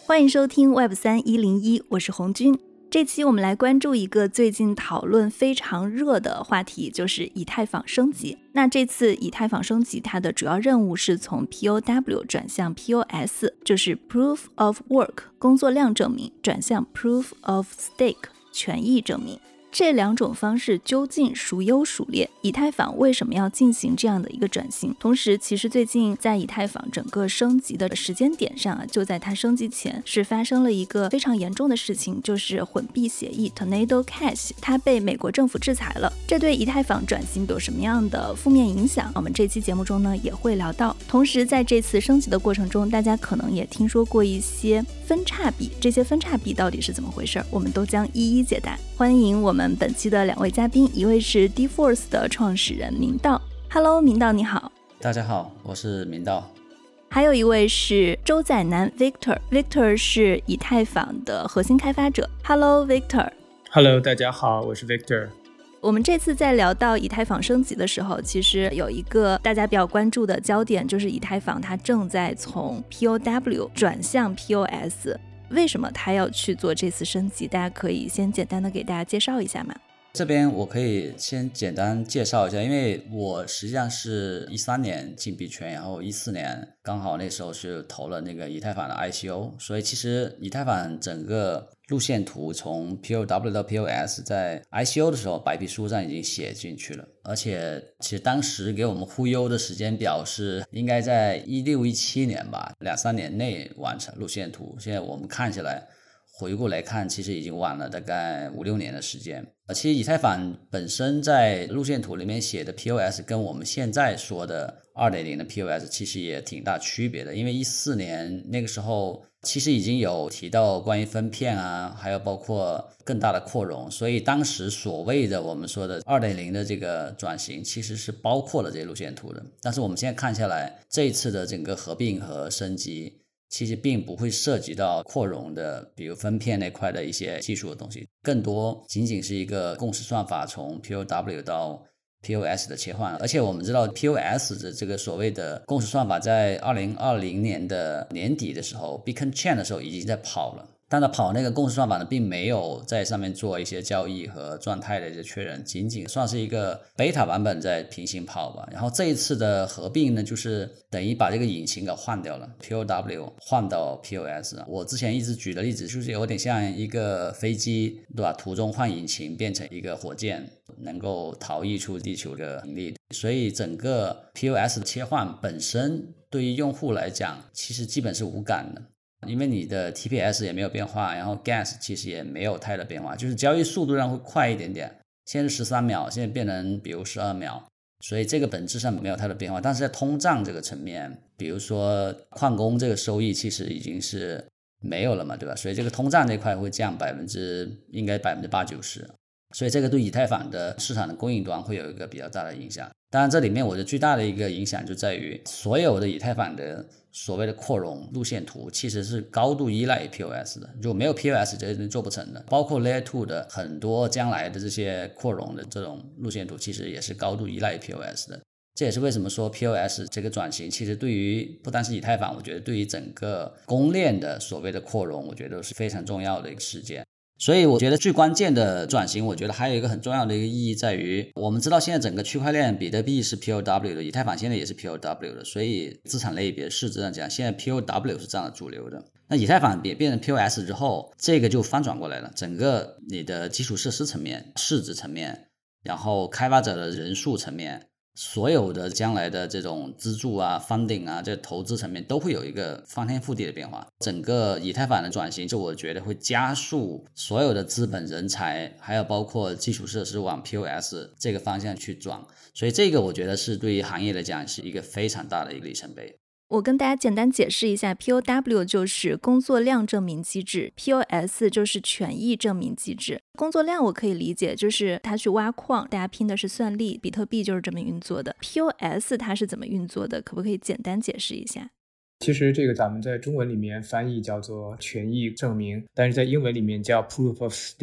欢迎收听 Web3-101，我是红军。这期我们来关注一个最近讨论非常热的话题，就是以太坊升级。那这次以太坊升级，它的主要任务是从 POW 转向 POS， 就是 Proof of Work 工作量证明，转向 Proof of Stake 权益证明。这两种方式究竟孰优孰劣？以太坊为什么要进行这样的一个转型？同时，其实最近在以太坊整个升级的时间点上就在它升级前是发生了一个非常严重的事情，就是混币协议 Tornado Cash 它被美国政府制裁了。这对以太坊转型有什么样的负面影响？我们这期节目中呢也会聊到。同时，在这次升级的过程中，大家可能也听说过一些分叉币，这些分叉币到底是怎么回事？我们都将一一解答。欢迎我们本期的两位嘉宾，一位是 D-Force 的创始人明道。 Hello， 明道你好。 大家好，我是明道。 还有一位是周载南 Victor 是以太坊的核心开发者。 Hello Victor。 Hello， 大家好，我是 Victor。 我们这次在聊到以太坊升级的时候，其实有一个大家比较关注的焦点，就是以太坊它正在从 POW 转向 POS。为什么他要去做这次升级？大家可以先简单的给大家介绍一下吗？ 这边我可以先简单介绍一下，因为我实际上是13年进币圈，然后14年刚好那时候是投了那个以太坊的 ICO， 所以其实以太坊整个路线图从 POW 到 POS 在 ICO 的时候白皮书上已经写进去了，而且其实当时给我们忽悠的时间表是应该在16-17年吧，2-3年内完成路线图。现在我们看起来回顾来看，其实已经晚了大概5-6年的时间。其实以太坊本身在路线图里面写的 POS 跟我们现在说的 2.0 的 POS 其实也挺大区别的，因为14年那个时候其实已经有提到关于分片啊，还有包括更大的扩容，所以当时所谓的我们说的 2.0 的这个转型其实是包括了这些路线图的。但是我们现在看下来，这一次的整个合并和升级其实并不会涉及到扩容的比如分片那块的一些技术的东西，更多仅仅是一个共识算法从 POW 到 POS 的切换。而且我们知道 POS 的这个所谓的共识算法在2020年的年底的时候 Beacon Chain 的时候已经在跑了，但它跑那个共识算法呢，并没有在上面做一些交易和状态的一些确认，仅仅算是一个 beta 版本在平行跑吧。然后这一次的合并呢，就是等于把这个引擎给换掉了， POW 换到 POS。 我之前一直举的例子就是有点像一个飞机，对吧，途中换引擎变成一个火箭，能够逃逸出地球的引力。所以整个 POS 的切换本身对于用户来讲其实基本是无感的，因为你的 TPS 也没有变化，然后 Gas 其实也没有太大变化，就是交易速度上会快一点点，现在是13秒，现在变成比如12秒，所以这个本质上没有太大变化。但是在通胀这个层面，比如说矿工这个收益其实已经是没有了嘛，对吧？所以这个通胀这块会降应该80%-90%，所以这个对以太坊的市场的供应端会有一个比较大的影响。当然这里面我觉得最大的一个影响就在于所有的以太坊的所谓的扩容路线图其实是高度依赖于 POS 的，如果没有 POS 这是做不成的。包括 Layer 2的很多将来的这些扩容的这种路线图其实也是高度依赖于 POS 的。这也是为什么说 POS 这个转型其实对于不单是以太坊，我觉得对于整个公链的所谓的扩容，我觉得是非常重要的一个事件。所以我觉得最关键的转型，我觉得还有一个很重要的一个意义在于，我们知道现在整个区块链比特币是 POW 的，以太坊现在也是 POW 的，所以资产类别市值上讲，现在 POW 是占了主流的。那以太坊变成 POS 之后，这个就翻转过来了，整个你的基础设施层面、市值层面，然后开发者的人数层面，所有的将来的这种资助啊 funding 啊，这投资层面都会有一个翻天覆地的变化。整个以太坊的转型，就我觉得会加速所有的资本人才还有包括基础设施往 POS 这个方向去转，所以这个我觉得是对于行业来讲是一个非常大的一个里程碑。 我跟大家简单解释一下， POW 就是工作量证明机制， POS 就是权益证明机制。工作量我可以理解，就是他去挖矿，大家拼的是算力，比特币就是这么运作的。 POS 它是怎么运作的，可不可以简单解释一下？ 其实这个咱们在中文里面翻译叫做权益证明，但是在英文里面叫 Proof of Stake，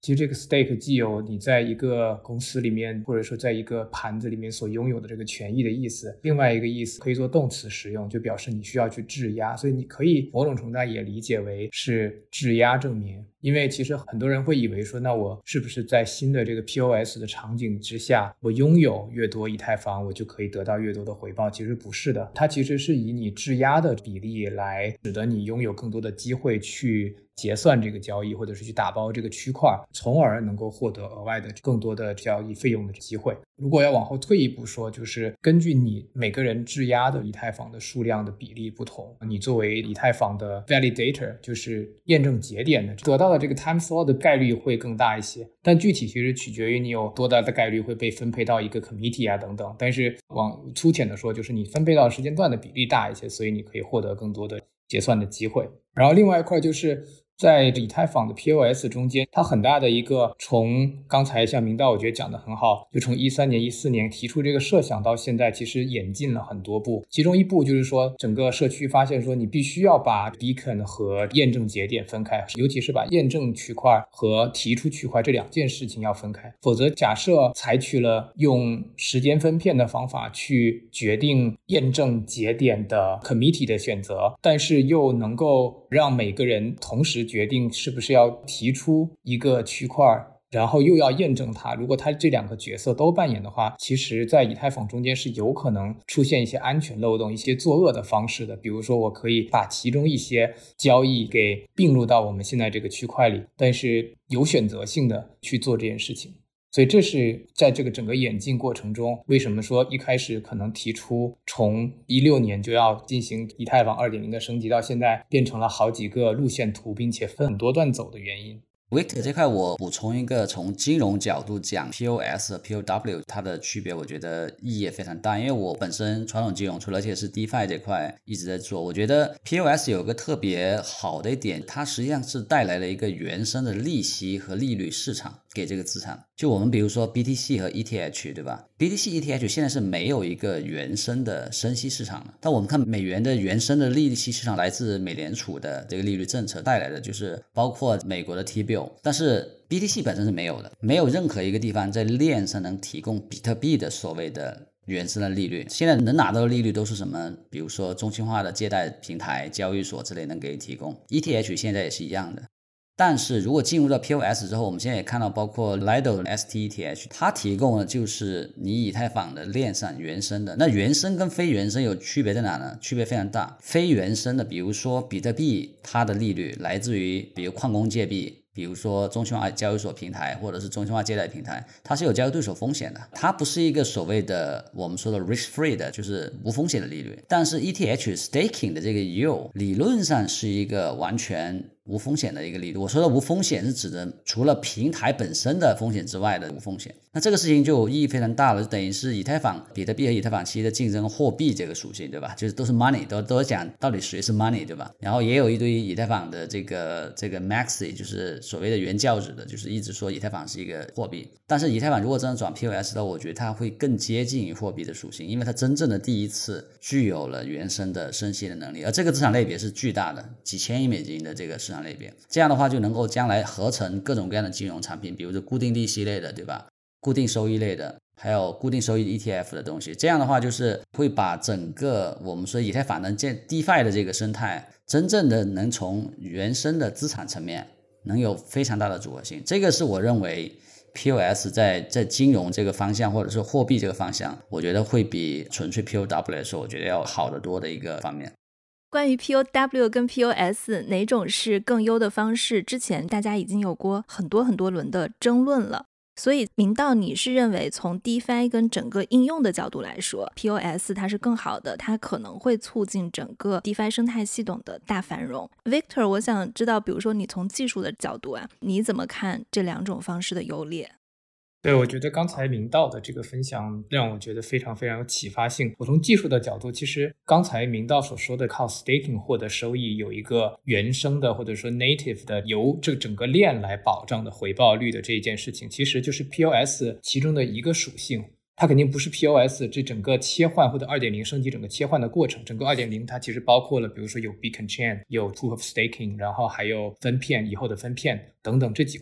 其实这个 stake 既有你在一个公司里面或者说在一个盘子里面所拥有的这个权益的意思，另外一个意思可以做动词使用，就表示你需要去质押，所以你可以某种程度上也理解为是质押证明。因为其实很多人会以为说，那我是不是在新的这个 POS 的场景之下，我拥有越多以太坊我就可以得到越多的回报？其实不是的，它其实是以你质押的比例来使得你拥有更多的机会去结算这个交易，或者是去打包这个区块，从而能够获得额外的更多的交易费用的机会。如果要往后退一步说，就是根据你每个人质押的以太坊的数量的比例不同，你作为以太坊的 validator 就是验证节点的，得到的这个 time slot 的概率会更大一些，但具体其实取决于你有多大的概率会被分配到一个 committee 啊等等，但是往粗浅的说，就是你分配到时间段的比例大一些，所以你可以获得更多的结算的机会。然后另外一块就是在以太坊的 POS 中间，它很大的一个，从刚才像明道我觉得讲得很好，就从13年14年提出这个设想到现在，其实演进了很多步。其中一步就是说，整个社区发现说，你必须要把 beacon 和验证节点分开，尤其是把验证区块和提出区块这两件事情要分开。否则假设采取了用时间分片的方法去决定验证节点的 committee 的选择，但是又能够让每个人同时决定是不是要提出一个区块，然后又要验证它，如果他这两个角色都扮演的话，其实在以太坊中间是有可能出现一些安全漏洞，一些作恶的方式的。比如说我可以把其中一些交易给并入到我们现在这个区块里，但是有选择性的去做这件事情。所以这是在这个整个演进过程中，为什么说一开始可能提出从16年就要进行以太坊 2.0 的升级，到现在变成了好几个路线图，并且分很多段走的原因。 Victor 这块我补充一个，从金融角度讲 POS 和 POW 它的区别我觉得意义也非常大，因为我本身传统金融除了而且是 DeFi 这块一直在做，我觉得 POS 有个特别好的一点，它实际上是带来了一个原生的利息和利率市场给这个资产。就我们比如说 BTC 和 ETH 对吧， BTC、ETH 现在是没有一个原生的升息市场的，但我们看美元的原生的利息市场来自美联储的这个利率政策带来的，就是包括美国的 T-bill， 但是 BTC 本身是没有的，没有任何一个地方在链上能提供比特币的所谓的原生的利率。现在能拿到的利率都是什么，比如说中心化的借贷平台、交易所之类能给你提供， ETH 现在也是一样的。但是如果进入到 POS 之后，我们现在也看到包括 Lido STETH 它提供的就是你以太坊的链上原生的。那原生跟非原生有区别在哪呢？区别非常大。非原生的比如说比特币，它的利率来自于比如矿工借币，比如说中心化交易所平台或者是中心化借贷平台，它是有交易对手风险的，它不是一个所谓的我们说的 risk free 的，就是无风险的利率。但是 ETH staking 的这个 yield 理论上是一个完全无风险的一个利率。我说的无风险是指的除了平台本身的风险之外的无风险。那这个事情就意义非常大了，就等于是以太坊、比特币和以太坊期的竞争货币这个属性，对吧？就是都是 money， 都讲到底谁是 money， 对吧？然后也有一堆以太坊的这个 maxi， 就是所谓的原教旨的，就是一直说以太坊是一个货币。但是以太坊如果真的转 POS 的，我觉得它会更接近于货币的属性，因为它真正的第一次具有了原生的升息的能力，而这个资产类别是巨大的，几千亿美金的这个市场类别。这样的话就能够将来合成各种各样的金融产品，比如说固定利息类的，对吧？固定收益类的，还有固定收益 ETF 的东西。这样的话就是会把整个我们说以太坊能建 DeFi 的这个生态，真正的能从原生的资产层面能有非常大的组合性。这个是我认为 POS 在金融这个方向或者是货币这个方向，我觉得会比纯粹 POW 来说我觉得要好得多的一个方面。 关于 POW 跟 POS 哪种是更优的方式，之前大家已经有过很多轮的争论了。所以明道，你是认为从 DeFi 跟整个应用的角度来说 POS 它是更好的，它可能会促进整个 DeFi 生态系统的大繁荣。 Victor， 我想知道比如说你从技术的角度啊，你怎么看这两种方式的优劣？ 对，我觉得刚才明道的这个分享让我觉得非常有启发性。我从技术的角度，其实刚才明道所说的靠 staking 获得收益，有一个原生的或者说 native 的由这整个链来保障的回报率的这一件事情，其实就是 POS 其中的一个属性。它肯定不是 POS 这整个切换或者 2.0 升级整个切换的过程。整个 2.0 它其实包括了比如说有 beacon chain， 有 proof of staking， 然后还有分片以后的分片等等这几块。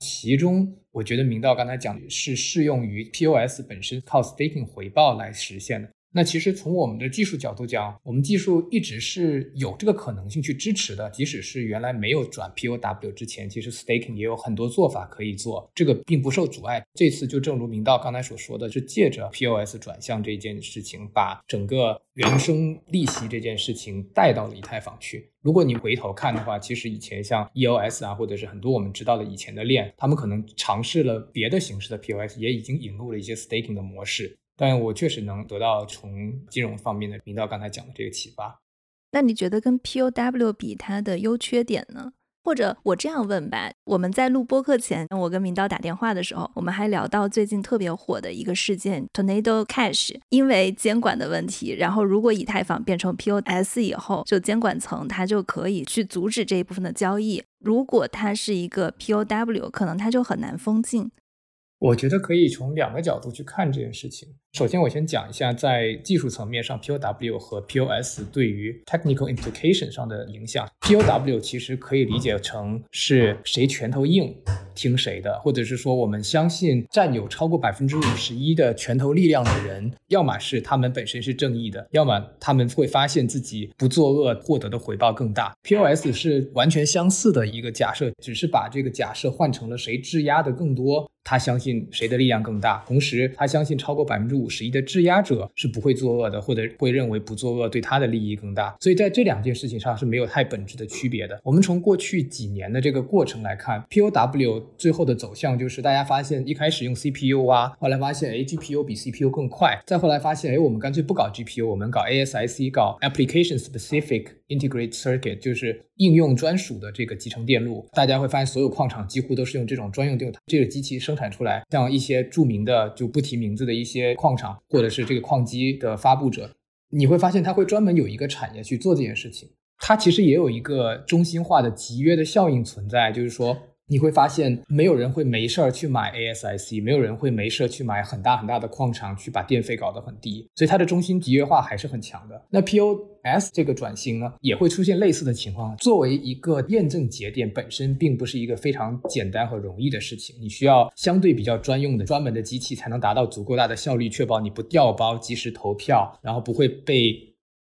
其中我觉得明道刚才讲的是适用于 POS 本身靠 staking 回报来实现的。那其实从我们的技术角度讲，我们技术一直是有这个可能性去支持的，即使是原来没有转 POW 之前，其实 staking 也有很多做法可以做，这个并不受阻碍。这次就正如明道刚才所说的，是借着 POS 转向这件事情，把整个原生利息这件事情带到了以太坊去。如果你回头看的话，其实以前像 EOS 啊，或者是很多我们知道的以前的链，他们可能尝试了别的形式的 POS， 也已经引入了一些 staking 的模式。但我确实能得到从金融方面的明道刚才讲的这个启发。 那你觉得跟 POW 比它的优缺点呢？或者我这样问吧，我们在录播课前，我跟明道打电话的时候，我们还聊到最近特别火的一个事件 Tornado Cash， 因为监管的问题，然后如果以太坊变成 POS 以后，就监管层它就可以去阻止这一部分的交易，如果它是一个 POW， 可能它就很难封禁。 我觉得可以从两个角度去看这件事情。首先我先讲一下在技术层面上 POW 和 POS 对于 technical implication 上的影响。 POW 其实可以理解成是谁拳头硬听谁的，或者是说我们相信占有超过 51% 的拳头力量的人，要么是他们本身是正义的，要么他们会发现自己不作恶获得的回报更大。 POS 是完全相似的一个假设，只是把这个假设换成了谁质押的更多，他相信谁的力量更大，同时他相信超过 51% 的质押者是不会作恶的，或者会认为不作恶对他的利益更大。所以在这两件事情上是没有太本质的区别的。我们从过去几年的这个过程来看， POW 最后的走向就是大家发现一开始用 CPU 啊，后来发现GPU 比 CPU 更快，再后来发现我们干脆不搞 GPU， 我们搞 ASIC， 搞 Application Specific Integrated Circuit， 就是应用专属的这个集成电路。大家会发现所有矿场几乎都是用这种专用电路，这个机器生产出来，像一些著名的就不提名字的一些矿场，或者是这个矿机的发布者，你会发现它会专门有一个产业去做这件事情。它其实也有一个中心化的集约的效应存在，就是说你会发现没有人会没事去买 ASIC， 没有人会没事去买很大很大的矿场去把电费搞得很低，所以它的中心集约化还是很强的。那 POS 这个转型呢，也会出现类似的情况。作为一个验证节点本身并不是一个非常简单和容易的事情，你需要相对比较专用的专门的机器才能达到足够大的效率，确保你不掉包及时投票，然后不会被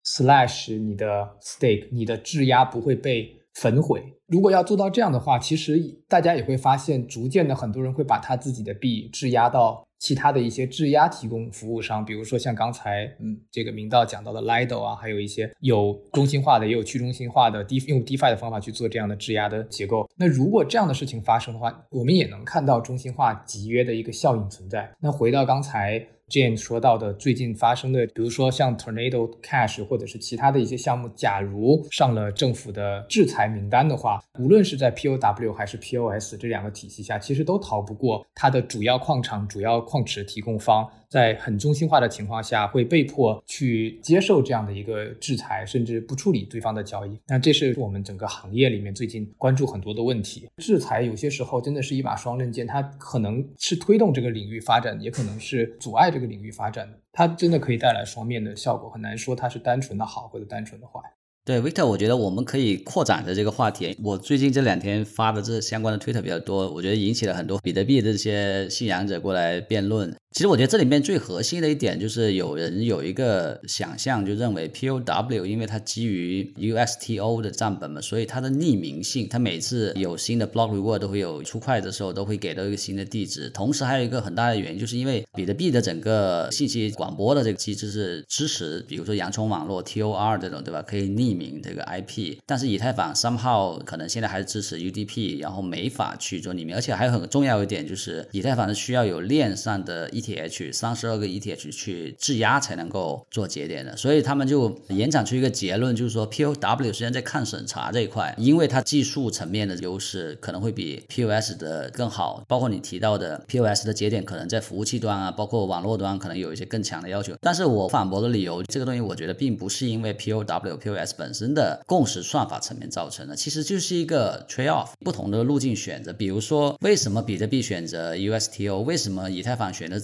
slash 你的 stake， 你的质押不会被焚毁。如果要做到这样的话，其实大家也会发现逐渐的很多人会把他自己的币质押到其他的一些质押提供服务商，比如说像刚才这个明道讲到的 Lido 啊，还有一些有中心化的也有去中心化的用 DeFi 的方法去做这样的质押的结构。那如果这样的事情发生的话，我们也能看到中心化集约的一个效应存在。那回到刚才Jane 说到的最近发生的，比如说像 Tornado Cash 或者是其他的一些项目，假如上了政府的制裁名单的话，无论是在 POW 还是 POS 这两个体系下，其实都逃不过它的主要矿场、主要矿池提供方在很中心化的情况下会被迫去接受这样的一个制裁，甚至不处理对方的交易。那这是我们整个行业里面最近关注很多的问题。制裁有些时候真的是一把双刃剑，它可能是推动这个领域发展，也可能是阻碍这个领域发展的，它真的可以带来双面的效果，很难说它是单纯的好或者单纯的坏。 对 Victor， 我觉得我们可以扩展的这个话题。我最近这2天发的这相关的推特比较多，我觉得引起了很多比特币的这些信仰者过来辩论。其实我觉得这里面最核心的一点就是有人有一个想象，就认为 POW 因为它基于 USTO 的账本嘛，所以它的匿名性，它每次有新的 block reward 都会有出块的时候都会给到一个新的地址。同时还有一个很大的原因，就是因为比特币的整个信息广播的这个机制是支持比如说洋葱网络 TOR 这种，对吧，可以匿名这个 IP， 但是以太坊 somehow 可能现在还是支持 UDP， 然后没法去做匿名。而且还有很重要一点，就是以太坊是需要有链上的ETH32个 ETH 去质押才能够做节点的，所以他们就延展出一个结论，就是说 POW 实际上在抗审查这一块，因为它技术层面的优势可能会比 POS 的更好，包括你提到的 POS 的节点可能在服务器端啊，包括网络端可能有一些更强的要求。但是我反驳的理由，这个东西我觉得并不是因为 POS 本身的共识算法层面造成的，其实就是一个 trade off， 不同的路径选择。比如说为什么比特币选择 USTO， 为什么以太坊选择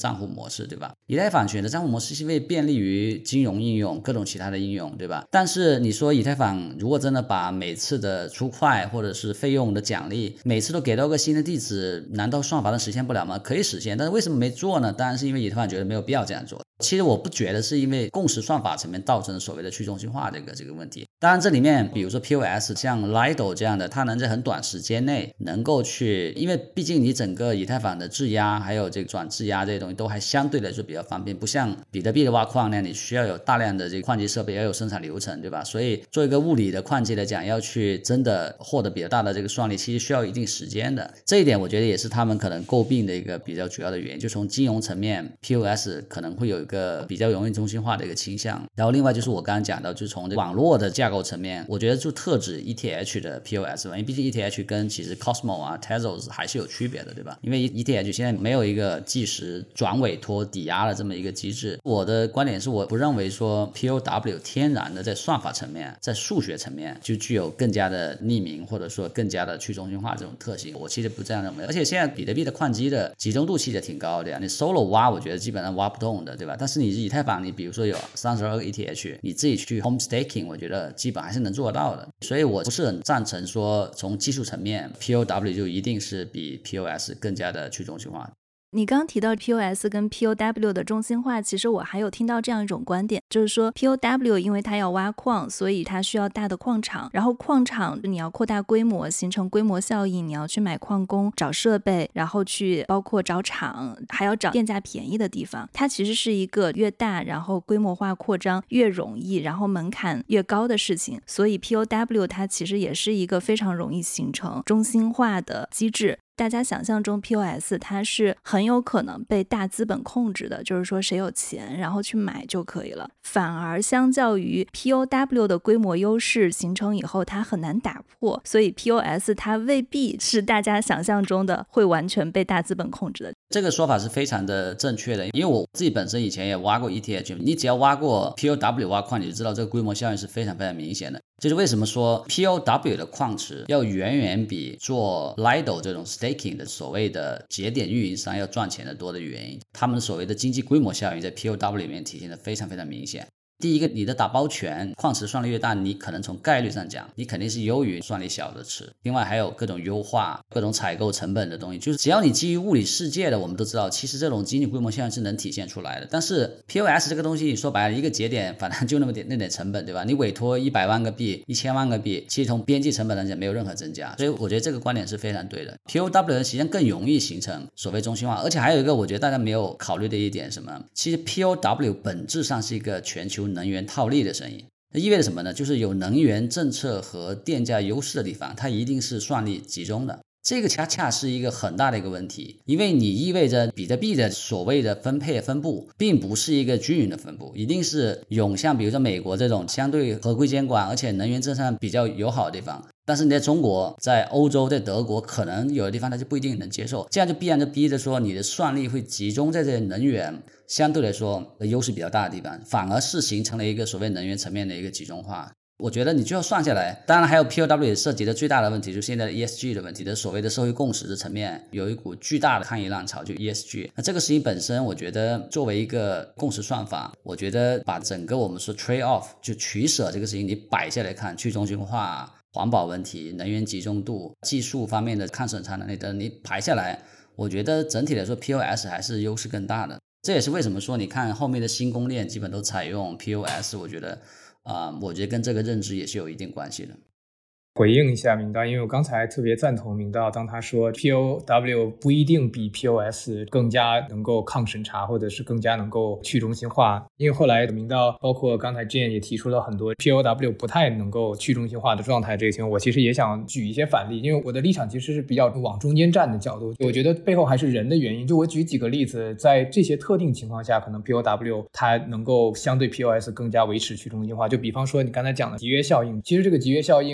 账户模式，对吧？以太坊选择账户模式是因为便利于金融应用各种其他的应用，对吧？但是你说以太坊如果真的把每次的出块或者是费用的奖励每次都给到个新的地址，难道算法能实现不了吗？可以实现，但是为什么没做呢？当然是因为以太坊觉得没有必要这样做。其实我不觉得是因为共识算法层面造成所谓的去中心化这个问题。当然这里面比如说 POS 像 Lido 这样的，它能在很短时间内能够去，因为毕竟你整个以太坊的质押还有这个转质押这些东西都还相对来说比较方便，不像比特币的挖矿那样你需要有大量的这个矿机设备，要有生产流程，对吧？所以做一个物理的矿机来讲，要去真的获得比较大的这个算力，其实需要一定时间的。这一点我觉得也是他们可能诟病的一个比较主要的原因，就从金融层面 POS 可能会有一个比较容易中心化的一个倾向。然后另外就是我刚刚讲到，就从网络的架构层面，我觉得就特指 ETH 的 POS 吧，因为毕竟 ETH 跟其实 Cosmos 啊 Tezos 还是有区别的，对吧？因为 ETH 现在没有一个即时转委托抵押的这么一个机制。我的观点是我不认为说 POW 天然的在算法层面在数学层面就具有更加的匿名或者说更加的去中心化这种特性，我其实不这样认为。而且现在比特币的矿机的集中度其实也挺高的呀，你 solo 挖我觉得基本上挖不动的，对吧？但是你以太坊你比如说有32个 ETH 你自己去 home staking 我觉得基本还是能做到的。所以我不是很赞成说从技术层面 POW 就一定是比 POS 更加的去中心化。 你刚提到 POS 跟 POW 的中心化，其实我还有听到这样一种观点，就是说 POW 因为它要挖矿，所以它需要大的矿场，然后矿场你要扩大规模，形成规模效应，你要去买矿工，找设备，然后去包括找厂，还要找电价便宜的地方。它其实是一个越大，然后规模化扩张越容易，然后门槛越高的事情。所以 POW 它其实也是一个非常容易形成中心化的机制。大家想象中 POS 它是很有可能被大资本控制的，就是说谁有钱然后去买就可以了。反而相较于 POW 的规模优势形成以后它很难打破，所以 POS 它未必是大家想象中的会完全被大资本控制的。 这个说法是非常的正确的，因为我自己本身以前也挖过 ETH， 你只要挖过 POW 挖矿你就知道这个规模效应是非常非常明显的。这是为什么说 POW 的矿池要远远比做 Lido 这种 staking 的所谓的节点运营商要赚钱的多的原因，他们所谓的经济规模效应在 POW 里面体现的非常非常明显。第一个，你的打包权矿池算力越大，你可能从概率上讲你肯定是优于算力小的池。另外还有各种优化各种采购成本的东西，就是只要你基于物理世界的，我们都知道其实这种经济规模效应是能体现出来的。但是 POS 这个东西说白了一个节点反正就那么点成本，对吧？你委托100万个币1000万个币，其实从边际成本来讲没有任何增加，所以我觉得这个观点是非常对的。 POW 实际上更容易形成所谓中心化。而且还有一个我觉得大家没有考虑的一点，什么？其实 POW 本质上是一个全球能源套利的生意。那意味着什么呢？就是有能源政策和电价优势的地方它一定是算力集中的，这个恰恰是一个很大的一个问题。因为你意味着比特币的所谓的分配分布并不是一个均匀的分布，一定是涌向比如说美国这种相对合规监管而且能源政策上比较友好的地方，但是你在中国在欧洲在德国可能有的地方它就不一定能接受，这样就必然就逼着说你的算力会集中在这些能源相对来说优势比较大的地方，反而是形成了一个所谓能源层面的一个集中化。我觉得你就要算下来，当然还有 POW 也涉及的最大的问题就是现在的 ESG 的问题的所谓的社会共识的层面有一股巨大的抗议浪潮，就 ESG。 那这个事情本身我觉得作为一个共识算法，我觉得把整个我们说 trade off 就取舍这个事情你摆下来看，去中心化环保问题能源集中度技术方面的抗审查能力等你排下来，我觉得整体来说 POS 还是优势更大的。这也是为什么说你看后面的新公链基本都采用 POS， 我觉得跟这个认知也是有一定关系的。 回应一下明道，因为我刚才特别赞同明道，当他说 POW 不一定比 POS 更加能够抗审查，或者是更加能够去中心化。因为后来明道包括刚才 Jane 也提出了很多 POW 不太能够去中心化的状态，这个情况我其实也想举一些反例，因为我的立场其实是比较往中间站的角度，我觉得背后还是人的原因。就我举几个例子，在这些特定情况下可能 POW 它能够相对 POS 更加维持去中心化。就比方说你刚才讲的集约效应，其实这个集约效应虽然说对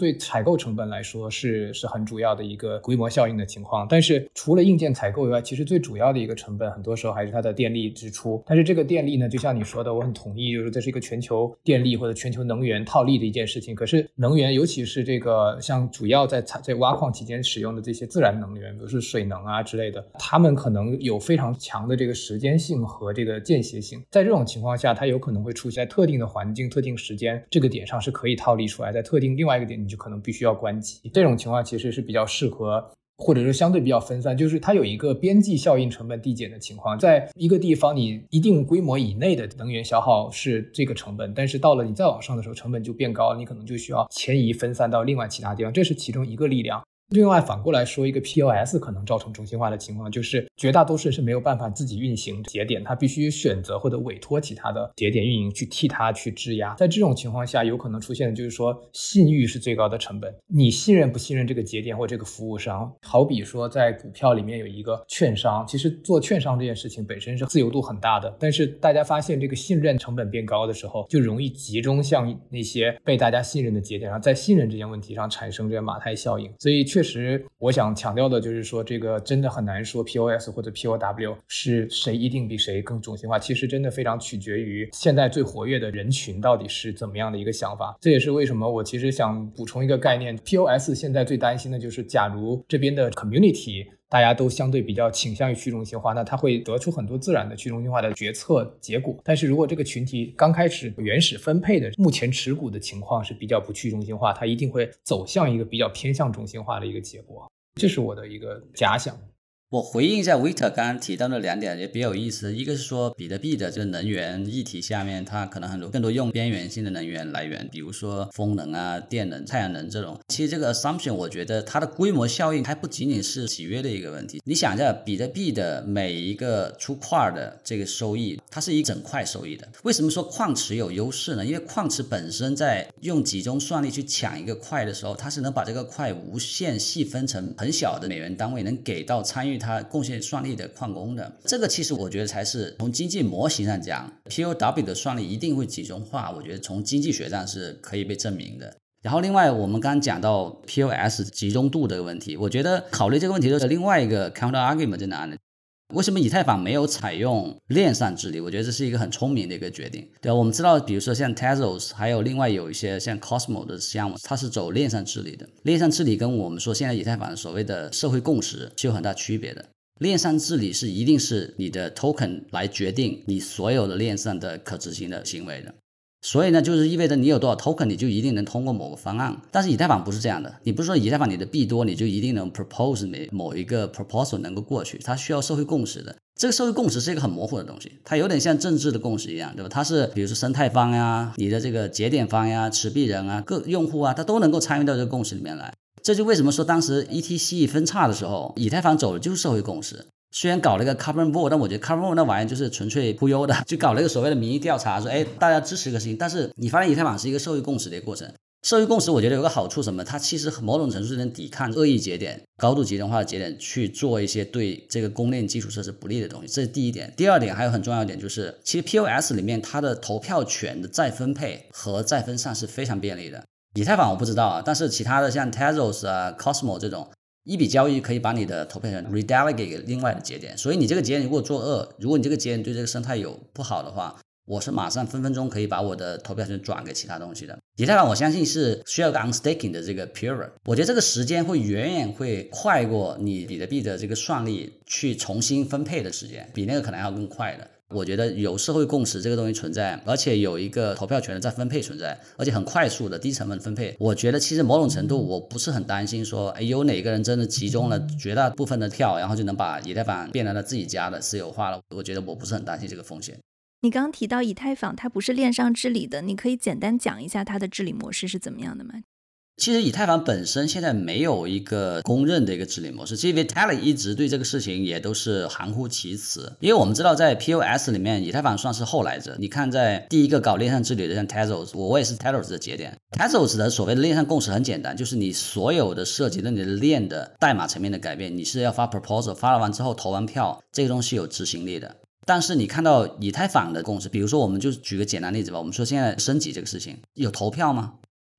对采购成本来说是很主要的一个规模效应的情况。但是除了硬件采购以外，其实最主要的一个成本很多时候还是它的电力支出。但是这个电力呢，就像你说的，我很同意，就是这是一个全球电力或者全球能源套利的一件事情。可是能源，尤其是这个像主要在挖矿期间使用的这些自然能源，比如说水能啊之类的，它们可能有非常强的这个时间性和这个间歇性。在这种情况下，它有可能会出现在特定的环境、特定时间这个点上是可以套利出来，在特定另外一个点你就可能必须要关机。这种情况其实是比较适合，或者是相对比较分散，就是它有一个边际效应成本递减的情况。在一个地方你一定规模以内的能源消耗是这个成本，但是到了你再往上的时候成本就变高，你可能就需要迁移分散到另外其他地方，这是其中一个力量。另外反过来说，一个 POS 可能造成中心化的情况，就是绝大多数人是没有办法自己运行节点，他必须选择或者委托其他的节点运营去替他去质押。在这种情况下，有可能出现的就是说信誉是最高的成本，你信任不信任这个节点或这个服务商。好比说在股票里面有一个券商，其实做券商这件事情本身是自由度很大的，但是大家发现这个信任成本变高的时候，就容易集中向那些被大家信任的节点上，在信任这件问题上产生这些马太效应。所以确实我想强调的就是说，这个真的很难说 POS 或者 POW 是谁一定比谁更中心化，其实真的非常取决于现在最活跃的人群到底是怎么样的一个想法。这也是为什么我其实想补充一个概念， POS 现在最担心的就是假如这边的 community大家都相对比较倾向于去中心化，那它会得出很多自然的去中心化的决策结果。但是如果这个群体刚开始原始分配的目前持股的情况是比较不去中心化，它一定会走向一个比较偏向中心化的一个结果。这是我的一个假想。 我回应一下 Victor 刚刚提到的2点也比较有意思，一个是说比特币的这个能源议题下面，它可能更多用边缘性的能源来源，比如说风能啊、电能、太阳能这种。其实这个 assumption 我觉得它的规模效应还不仅仅是契约的一个问题。你想一下，比特币的每一个出块的这个收益，它是一整块收益的。为什么说矿池有优势呢？因为矿池本身在用集中算力去抢一个块的时候，它是能把这个块无限细分成很小的美元单位，能给到参与它贡献算力的矿工的。这个其实我觉得才是从经济模型上讲 POW 的算力一定会集中化，我觉得从经济学上是可以被证明的。然后另外我们刚刚讲到 POS 集中度这个问题，我觉得考虑这个问题的另外一个 counter argument 在哪里？为什么以太坊没有采用链上治理？我觉得这是一个很聪明的一个决定。对吧？我们知道比如说像 Tezos 还有另外有一些像 Cosmo 的项目，它是走链上治理的。链上治理跟我们说现在以太坊所谓的社会共识是有很大区别的。链上治理是一定是你的 token 来决定你所有的链上的可执行的行为的。所以呢，就是意味着你有多少 token 你就一定能通过某个方案。但是以太坊不是这样的，你不是说以太坊你的币多你就一定能 propose 某一个 proposal 能够过去，它需要社会共识的。这个社会共识是一个很模糊的东西，它有点像政治的共识一样，对吧？它是比如说生态方呀、你的这个节点方呀、持币人啊、各用户啊，它都能够参与到这个共识里面来。这就为什么说当时 ETC 分叉的时候，以太坊走的就是社会共识。虽然搞了一个 carbon vote， 但我觉得 carbon vote 那玩意就是纯粹忽悠的，就搞了一个所谓的民意调查，说大家支持个事情，但是你发现以太坊是一个社会共识的一个过程。社会共识我觉得有个好处什么，它其实某种程度是能抵抗恶意节点、高度集中化的节点去做一些对这个公链基础设施不利的东西，这是第一点。第二点还有很重要一点就是，其实 POS 里面它的投票权的再分配和再分散是非常便利的。以太坊我不知道啊，但是其他的像 Tezos 啊、Cosmo 这种一笔交易可以把你的投票权 redelegate 给另外的节点，所以你这个节点如果做恶，如果你这个节点对这个生态有不好的话，我是马上分分钟可以把我的投票权转给其他东西的。以太坊我相信是需要个 unstaking 的这个 period， 我觉得这个时间会远远会快过你比特币的这个算力去重新分配的时间，比那个可能要更快的。我觉得有社会共识这个东西存在，而且有一个投票权的再分配存在，而且很快速的低成本分配，我觉得其实某种程度我不是很担心说有哪个人真的集中了绝大部分的票，然后就能把以太坊变成了自己家的私有化了。我觉得我不是很担心这个风险。 你刚刚提到以太坊它不是链上治理的，你可以简单讲一下它的治理模式是怎么样的吗？ 其实以太坊本身现在没有一个公认的一个治理模式，其实 Vitalik 一直对这个事情也都是含糊其辞，因为我们知道在 POS 里面以太坊算是后来者。你看在第一个搞链上治理的像 Tezos， 我也是 Tezos 的节点。 Tezos 的所谓的链上共识很简单，就是你所有的涉及到你的链的代码层面的改变，你是要发 proposal， 发了完之后投完票，这个东西有执行力的。但是你看到以太坊的共识，比如说我们就举个简单例子吧，我们说现在升级这个事情有投票吗？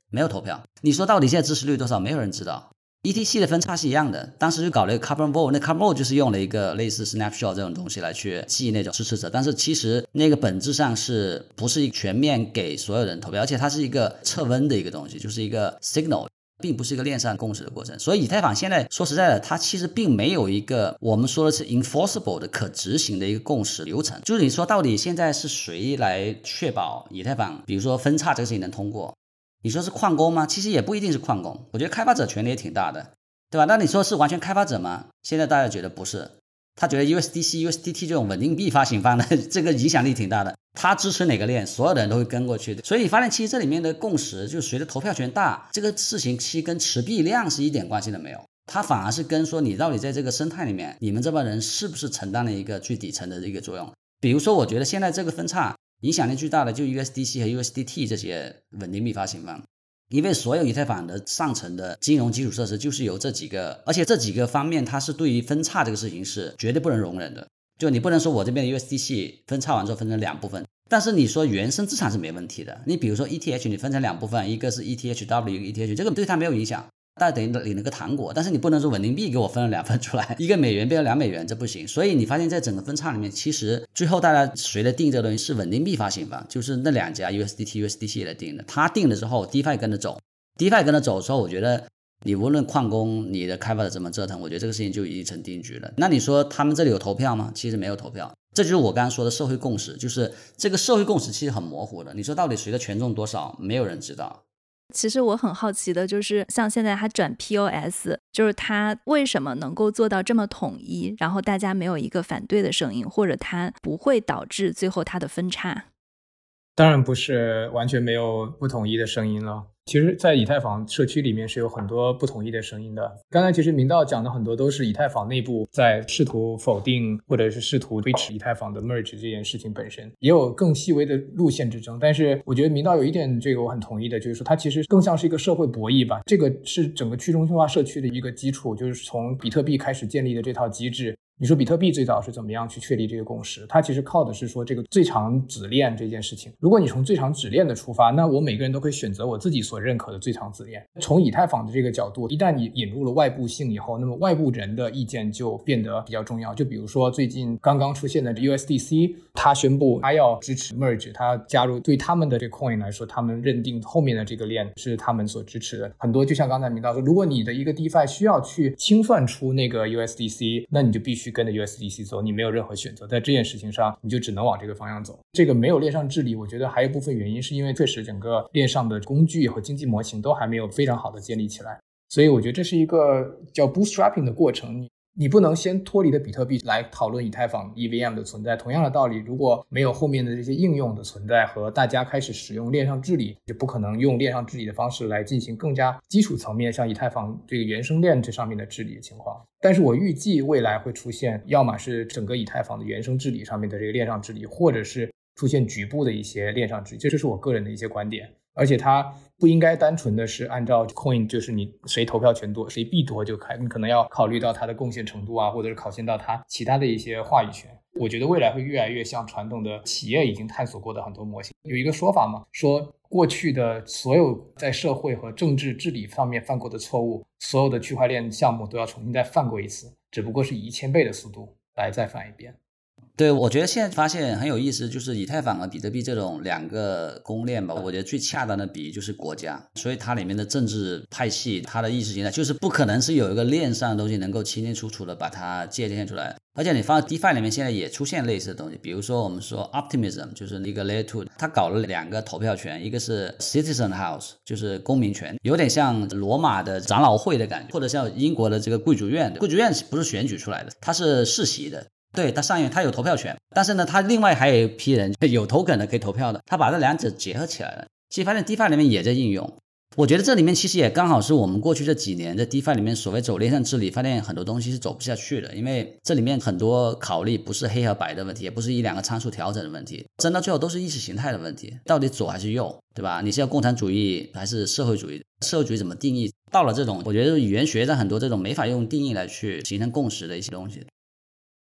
没有投票。你说到底现在支持率多少，没有人知道。ETC 的分叉是一样的，当时就搞了一个 Carbon Vote， 那 Carbon Vote 就是用了一个类似 Snapshot 这种东西来去记那种支持者，但是其实那个本质上是不是全面给所有人投票，而且它是一个测温的一个东西，就是一个 signal， 并不是一个链上共识的过程。所以以太坊现在说实在的，它其实并没有一个我们说的是 enforceable 的可执行的一个共识流程，就是你说到底现在是谁来确保以太坊比如说分叉这个事情能通过，你说是矿工吗？其实也不一定是矿工，我觉得开发者权力也挺大的，对吧？那你说是完全开发者吗？现在大家觉得不是，他觉得 USDC、USDT 这种稳定币发行方的这个影响力挺大的，他支持哪个链，所有的人都会跟过去的。所以你发现其实这里面的共识，就随着投票权大，这个事情其实跟持币量是一点关系都没有，它反而是跟说你到底在这个生态里面，你们这帮人是不是承担了一个最底层的一个作用。比如说我觉得现在这个分叉影响力最大的就 USDC 和 USDT 这些稳定币发行方，因为所有以太坊的上层的金融基础设施就是由这几个，而且这几个方面它是对于分叉这个事情是绝对不能容忍的。就你不能说我这边的 USDC 分叉完之后分成两部分，但是你说原生资产是没问题的。你比如说 ETH 你分成两部分，一个是 ETHW 一个 ETH， 这个对它没有影响，大家等于领了个糖果，但是你不能说稳定币给我分了两份出来，一个美元变成2美元，这不行。所以你发现在整个分叉里面，其实最后大家谁来定这个东西是稳定币发行方，就是那两家 USDT、USDC 来定的。他定了之后 DeFi 跟着走，DeFi 跟着走的时候，我觉得你无论矿工你的开发者怎么折腾，我觉得这个事情就已经成定局了。那你说他们这里有投票吗？其实没有投票，这就是我刚刚说的社会共识，就是这个社会共识其实很模糊的，你说到底谁的权重多少，没有人知道。 其实我很好奇的就是，像现在它转 POS， 就是它为什么能够做到这么统一，然后大家没有一个反对的声音，或者它不会导致最后它的分叉？ 当然不是完全没有不统一的声音了。其实在以太坊社区里面是有很多不统一的声音的。刚才其实明道讲的很多都是以太坊内部在试图否定或者是试图推迟以太坊的 merge 这件事情本身，也有更细微的路线之争。但是我觉得明道有一点这个我很同意的，就是说它其实更像是一个社会博弈吧。这个是整个去中心化社区的一个基础，就是从比特币开始建立的这套机制。你说比特币最早是怎么样去确立这个共识？它其实靠的是说这个最长指链这件事情。如果你从最长指链的出发，那我每个人都可以选择我自己所认可的最长指链。从以太坊的这个角度，一旦你引入了外部性以后，那么外部人的意见就变得比较重要。就比如说最近刚刚出现的 USDC， 它宣布它要支持 merge， 它加入对他们的这个 coin 来说，他们认定后面的这个链是他们所支持的。很多就像刚才明道说，如果你的一个 DeFi 需要去清算出那个 USDC， 那你就必须跟着 USDC 走，你没有任何选择，在这件事情上你就只能往这个方向走。这个没有链上治理，我觉得还有一部分原因是因为确实整个链上的工具和经济模型都还没有非常好的建立起来，所以我觉得这是一个叫 bootstrapping 的过程。你不能先脱离的比特币来讨论以太坊 EVM 的存在。同样的道理，如果没有后面的这些应用的存在和大家开始使用链上治理，就不可能用链上治理的方式来进行更加基础层面像以太坊这个原生链这上面的治理的情况。但是我预计未来会出现要么是整个以太坊的原生治理上面的这个链上治理，或者是出现局部的一些链上治理，这是我个人的一些观点。而且它不应该单纯的是按照 coin 就是你谁投票权多谁币多就开，你可能要考虑到它的贡献程度啊，或者是考虑到它其他的一些话语权。我觉得未来会越来越像传统的企业已经探索过的很多模型。有一个说法嘛，说过去的所有在社会和政治治理方面犯过的错误，所有的区块链项目都要重新再犯过一次，只不过是以1000倍的速度来再犯一遍。 对，我觉得现在发现很有意思，就是以太坊和比特币这种两个公链吧，我觉得最恰当的比喻就是国家，所以它里面的政治派系，它的意识形态就是不可能是有一个链上的东西能够清清楚楚的把它界限出来。而且你放到 DeFi 里面现在也出现类似的东西，比如说我们说 Optimism 就是一个 Layer 2， 它搞了2个投票权，一个是 Citizen House 就是公民权，有点像罗马的长老会的感觉，或者像英国的这个贵族院，贵族院不是选举出来的，它是世袭的。对，他上院他有投票权，但是呢他另外还有一批人有 token 的可以投票的，他把这两者结合起来了。其实发现 DeFi 里面也在应用，我觉得这里面其实也刚好是我们过去这几年在 DeFi 里面所谓走链上治理，发现很多东西是走不下去的，因为这里面很多考虑不是黑和白的问题，也不是1-2个参数调整的问题，真到最后都是意识形态的问题，到底左还是右，对吧？你是要共产主义还是社会主义？社会主义怎么定义？到了这种我觉得语言学上很多这种没法用定义来去形成共识的一些东西。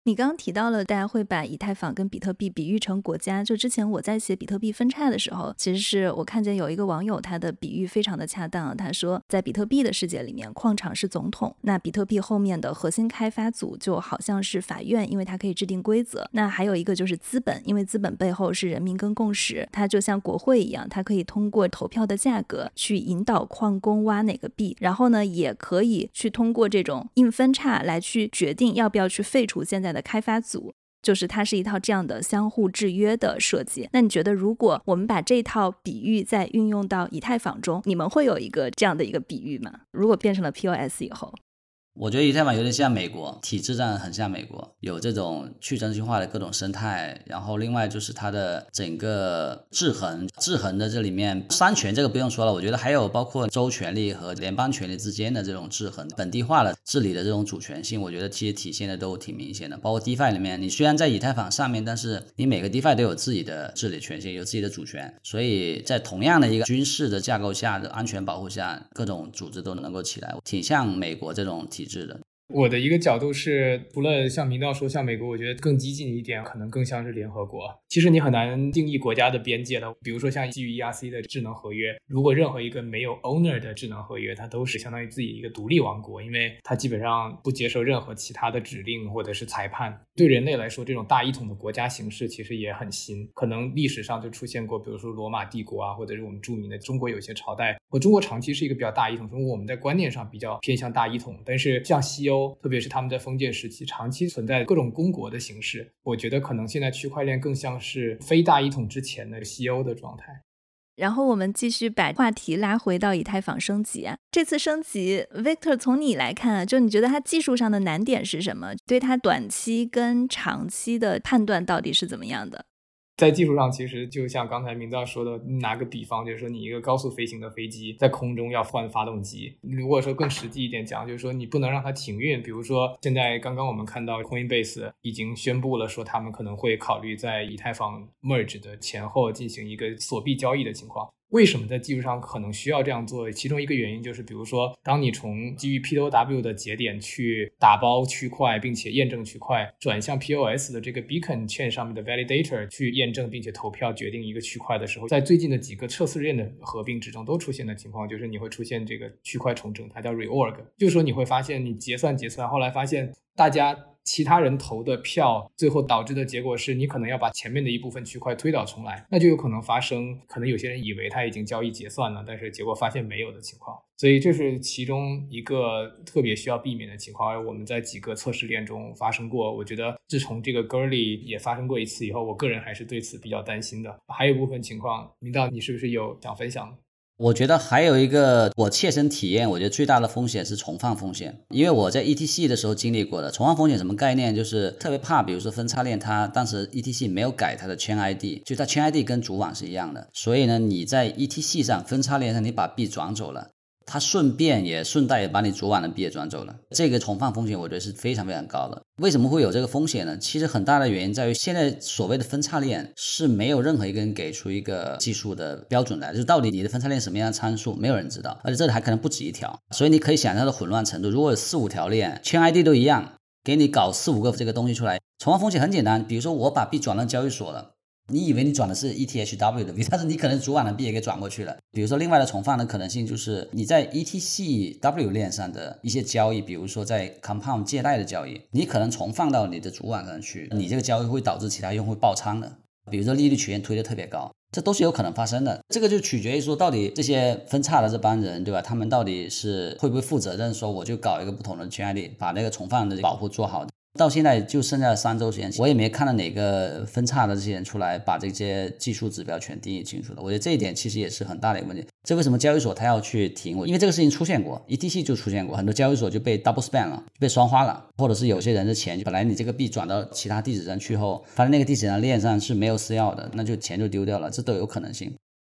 你刚刚提到了大家会把以太坊跟比特币比喻成国家，就之前我在写比特币分叉的时候，其实是我看见有一个网友他的比喻非常的恰当，他说在比特币的世界里面，矿场是总统，那比特币后面的核心开发组就好像是法院，因为它可以制定规则。那还有一个就是资本，因为资本背后是人民跟共识，它就像国会一样，它可以通过投票的价格去引导矿工挖哪个币，然后呢也可以去通过这种硬分叉来去决定要不要去废除现在的开发组，就是它是一套这样的相互制约的设计。那你觉得如果我们把这套比喻再运用到以太坊中，你们会有一个这样的一个比喻吗？如果变成了 POS 以后。 我觉得以太坊有点像美国，体制上很像美国，有这种去中心化的各种生态，然后另外就是它的整个制衡的这里面三权这个不用说了，我觉得还有包括州权力和联邦权力之间的这种制衡，本地化的治理的这种主权性，我觉得其实体现的都挺明显的。包括 DeFi 里面，你虽然在以太坊上面，但是你每个 DeFi 都有自己的治理权限，有自己的主权，所以在同样的一个军事的架构下的安全保护下，各种组织都能够起来，挺像美国这种体制的。 我的一个角度是，除了像明道说像美国，我觉得更激进一点，可能更像是联合国。其实你很难定义国家的边界了，比如说像基于 ERC 的智能合约，如果任何一个没有 owner 的智能合约，它都是相当于自己一个独立王国，因为它基本上不接受任何其他的指令或者是裁判。对人类来说，这种大一统的国家形式其实也很新，可能历史上就出现过，比如说罗马帝国啊，或者是我们著名的中国有些朝代，和中国长期是一个比较大一统，所以我们在观念上比较偏向大一统。但是像西欧，特别是他们在封建时期长期存在各种公国的形式，我觉得可能现在区块链更像是非大一统之前的西欧的状态。 然后我们继续把话题拉回到以太坊升级啊，这次升级 Victor 从你来看啊，就你觉得它技术上的难点是什么？对它短期跟长期的判断到底是怎么样的？ 在技术上，其实就像刚才明道说的，拿个比方，就是说你一个高速飞行的飞机在空中要换发动机，如果说更实际一点讲，就是说你不能让它停运。比如说现在刚刚我们看到 Coinbase 已经宣布了说他们可能会考虑在以太坊 merge 的前后进行一个锁币交易的情况。为什么在技术上可能需要这样做？其中一个原因就是，比如说当你从基于 POW 的节点去打包区块并且验证区块，转向 POS 的这个 Beacon 券上面的 Validator 去验证并且投票决定一个区块的时候，在最近的几个测试链的合并之中都出现的情况，就是你会出现这个区块重整，它叫 reorg， 就是说你会发现你结算后来发现大家其他人投的票最后导致的结果是你可能要把前面的一部分区块推倒重来，那就有可能发生可能有些人以为他已经交易结算了，但是结果发现没有的情况。所以这是其中一个特别需要避免的情况，而我们在几个测试链中发生过。我觉得自从这个 Gurley 也发生过一次以后，我个人还是对此比较担心的。还有一部分情况，明道你是不是有想分享的？ 我觉得还有一个我切身体验，我觉得最大的风险是重放风险，因为我在 ETC 的时候经历过的。重放风险什么概念？就是特别怕，比如说分叉链，它当时 ETC 没有改它的圈 ID， 就它圈 ID 跟主网是一样的，所以呢，你在 ETC 上分叉链上你把币转走了，它顺带也把你主网的币也转走了，这个重放风险我觉得是非常非常高的。为什么会有这个风险呢？其实很大的原因在于现在所谓的分叉链是没有任何一个人给出一个技术的标准来，就是到底你的分叉链什么样的参数没有人知道，而且这里还可能不止一条，所以你可以想象它的混乱程度。如果有4-5条链圈 ID 都一样，给你搞4-5个这个东西出来，重放风险很简单，比如说我把币转到交易所了，你以为你转的是 ETHW 的币，但是你可能主网的币也给转过去了。比如说另外的重放的可能性就是你在 ETCW 链上的一些交易，比如说在 Compound 借贷的交易，你可能重放到你的主网上去，你这个交易会导致其他用户爆仓的，比如说利率曲线推得特别高，这都是有可能发生的。这个就取决于说到底这些分叉的这帮人，对吧，他们到底是会不会负责任，说我就搞一个不同的圈 ID， 把那个重放的保护做好的。到现在就剩下3周时间，我也没看到哪个分叉的这些人出来把这些技术指标全定义清楚的。我觉得这一点其实也是很大的一个问题。这为什么交易所它要去停？因为这个事情出现过 ，ETC 就出现过，很多交易所就被 double spam 了，被双花了，或者是有些人的钱本来你这个币转到其他地址上去后，发现那个地址上链上是没有私钥的，那就钱就丢掉了，这都有可能性。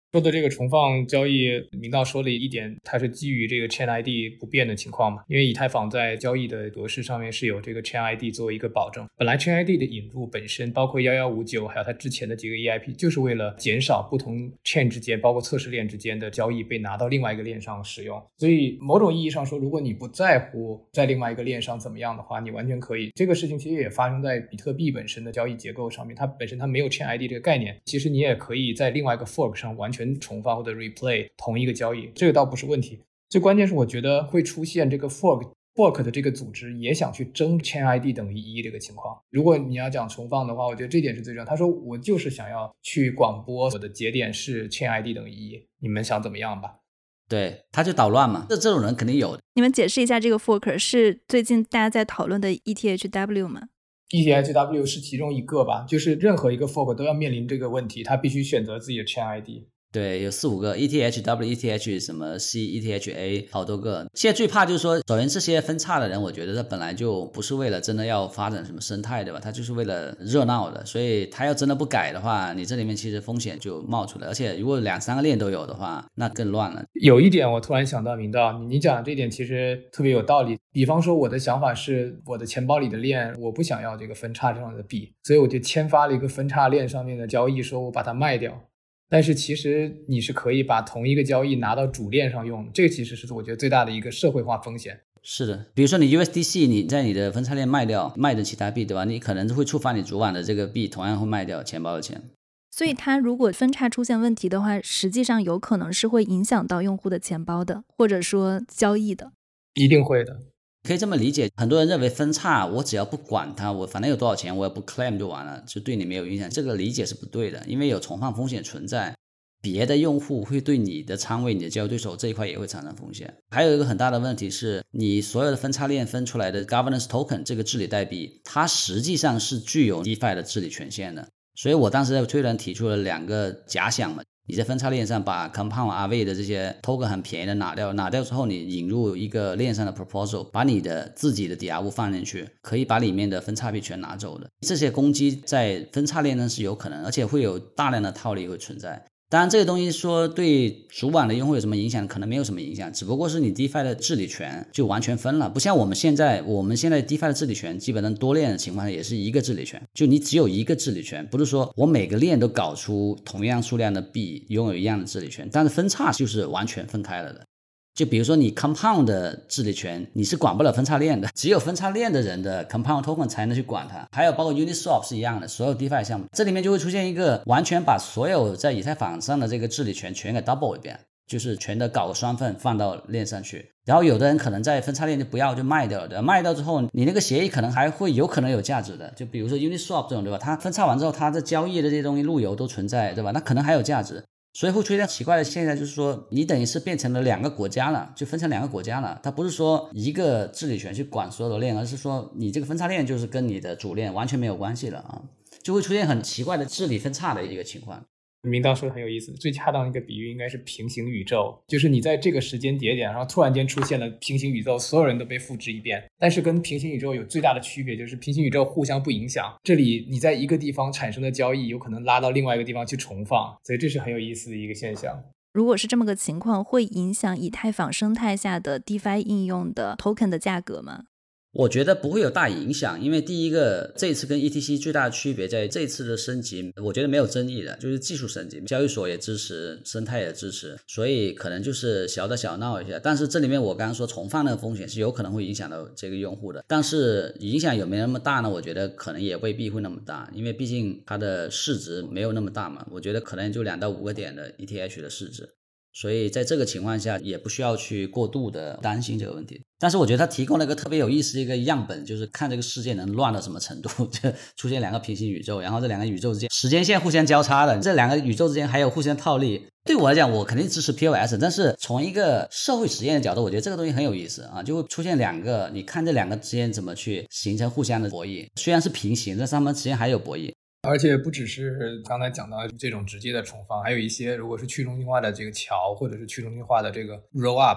说的这个重放交易，明道说了一点，它是基于这个 Chain ID 不变的情况嘛？因为以太坊在交易的格式上面是有这个 Chain ID 作为一个保证。本来 Chain ID 的引入本身，包括1159，还有它之前的几个 EIP， 就是为了减少不同 Chain 之间，包括测试链之间的交易被拿到另外一个链上使用。所以某种意义上说，如果你不在乎在另外一个链上怎么样的话，你完全可以。这个事情其实也发生在比特币本身的交易结构上面，它本身它没有 Chain ID 这个概念，其实你也可以在另外一个 fork 上完全重放或者 replay 同一个交易，这个倒不是问题。最关键是我觉得会出现这个 fork 的这个组织也想去争 Chain ID 等于1这个情况。如果你要讲重放的话，我觉得这点是最重要。他说我就是想要去广播我的节点是 Chain ID 等于1，你们想怎么样吧？ 对，他就捣乱嘛，这种人肯定有的。 你们解释一下这个 fork 是最近大家在讨论的 ETHW 吗 ？ETHW 是其中一个吧，就是任何一个 fork 都要面临这个问题，他必须选择自己的 Chain ID。 对，有4-5个 ETHW、ETH 什么 C、ETHA 好多个。现在最怕就是说，首先这些分叉的人，我觉得他本来就不是为了真的要发展什么生态，对吧？他就是为了热闹的，所以他要真的不改的话，你这里面其实风险就冒出来。而且如果2-3个链都有的话，那更乱了。 有一点我突然想到，明道，你讲的这点其实特别有道理。比方说我的想法是，我的钱包里的链我不想要这个分叉上的币，所以我就签发了一个分叉链上面的交易，说我把它卖掉。但是其实你是可以把同一个交易拿到主链上用，这个其实是我觉得最大的一个社会化风险。 是的，比如说你 USDC 你在你的分叉链卖掉，卖的其他币，对吧？你可能会触发你主网的这个币同样会卖掉钱包的钱。 所以它如果分叉出现问题的话，实际上有可能是会影响到用户的钱包的，或者说交易的。 一定会的。 可以这么理解，很多人认为分叉我只要不管它，我反正有多少钱我也不 claim 就完了，就对你没有影响。这个理解是不对的，因为有重放风险存在，别的用户会对你的仓位、你的交易对手这一块也会产生风险。还有一个很大的问题是，你所有的分叉链分出来的 governance token 这个治理代币，它实际上是具有 DeFi 的治理权限的。所以我当时在推特提出了2个假想嘛，你在分叉链上把 Compound、Aave 的这些 token 很便宜的拿掉之后，你引入一个链上的 proposal， 把你的自己的抵押物放进去，可以把里面的分叉币全拿走的。这些攻击在分叉链上是有可能，而且会有大量的套利会存在。当然这个东西说对主网的用户有什么影响，可能没有什么影响，只不过是你 DeFi 的治理权就完全分了，不像我们现在 DeFi 的治理权基本上多链的情况下也是一个治理权，就你只有一个治理权，不是说我每个链都搞出同样数量的币拥有一样的治理权，但是分叉就是完全分开了的。就比如说你 Compound 的治理权你是管不了分叉链的，只有分叉链的人的 Compound token 才能去管它。还有包括 Uniswap 是一样的，所有 DeFi 项目这里面就会出现一个完全把所有在以太坊上的这个治理权全给 double 一遍，就是全都搞个双份放到链上去。然后有的人可能在分叉链就不要就卖掉了，卖掉之后你那个协议可能还会有可能有价值的，就比如说 Uniswap 这种，对吧？它分叉完之后它的交易的这些东西路由都存在，对吧？那可能还有价值。所以会出现奇怪的现象，就是说你等于是变成了2个国家了，就分成2个国家了。它不是说一个治理权去管所有的链，而是说你这个分叉链就是跟你的主链完全没有关系了啊，就会出现很奇怪的治理分叉的一个情况。 明道说的很有意思，最恰当的一个比喻应该是平行宇宙，就是你在这个时间节点然后突然间出现了平行宇宙，所有人都被复制一遍。但是跟平行宇宙有最大的区别，就是平行宇宙互相不影响，这里你在一个地方产生的交易有可能拉到另外一个地方去重放，所以这是很有意思的一个现象。 如果是这么个情况，会影响以太坊生态下的 DeFi 应用的 token 的价格吗？ 我觉得不会有大影响，因为第一个这一次跟 ETC 最大的区别在这一次的升级，我觉得没有争议的，就是技术升级，交易所也支持，生态也支持，所以可能就是小打小闹一下。但是这里面我刚刚说重放的风险是有可能会影响到这个用户的，但是影响有没有那么大呢？我觉得可能也未必会那么大，因为毕竟它的市值没有那么大嘛，我觉得可能就2到5个点的 ETH 的市值。所以在这个情况下也不需要去过度的担心这个问题。但是我觉得他提供了一个特别有意思的一个样本，就是看这个世界能乱到什么程度，就出现2个平行宇宙，然后这2个宇宙之间时间线互相交叉的，这2个宇宙之间还有互相套利。对我来讲我肯定支持 POS， 但是从一个社会实验的角度，我觉得这个东西很有意思啊，就会出现2个，你看这2个之间怎么去形成互相的博弈，虽然是平行，但是他们之间还有博弈。 而且不只是刚才讲到这种直接的重放，还有一些如果是去中心化的这个桥，或者是去中心化的这个 roll up，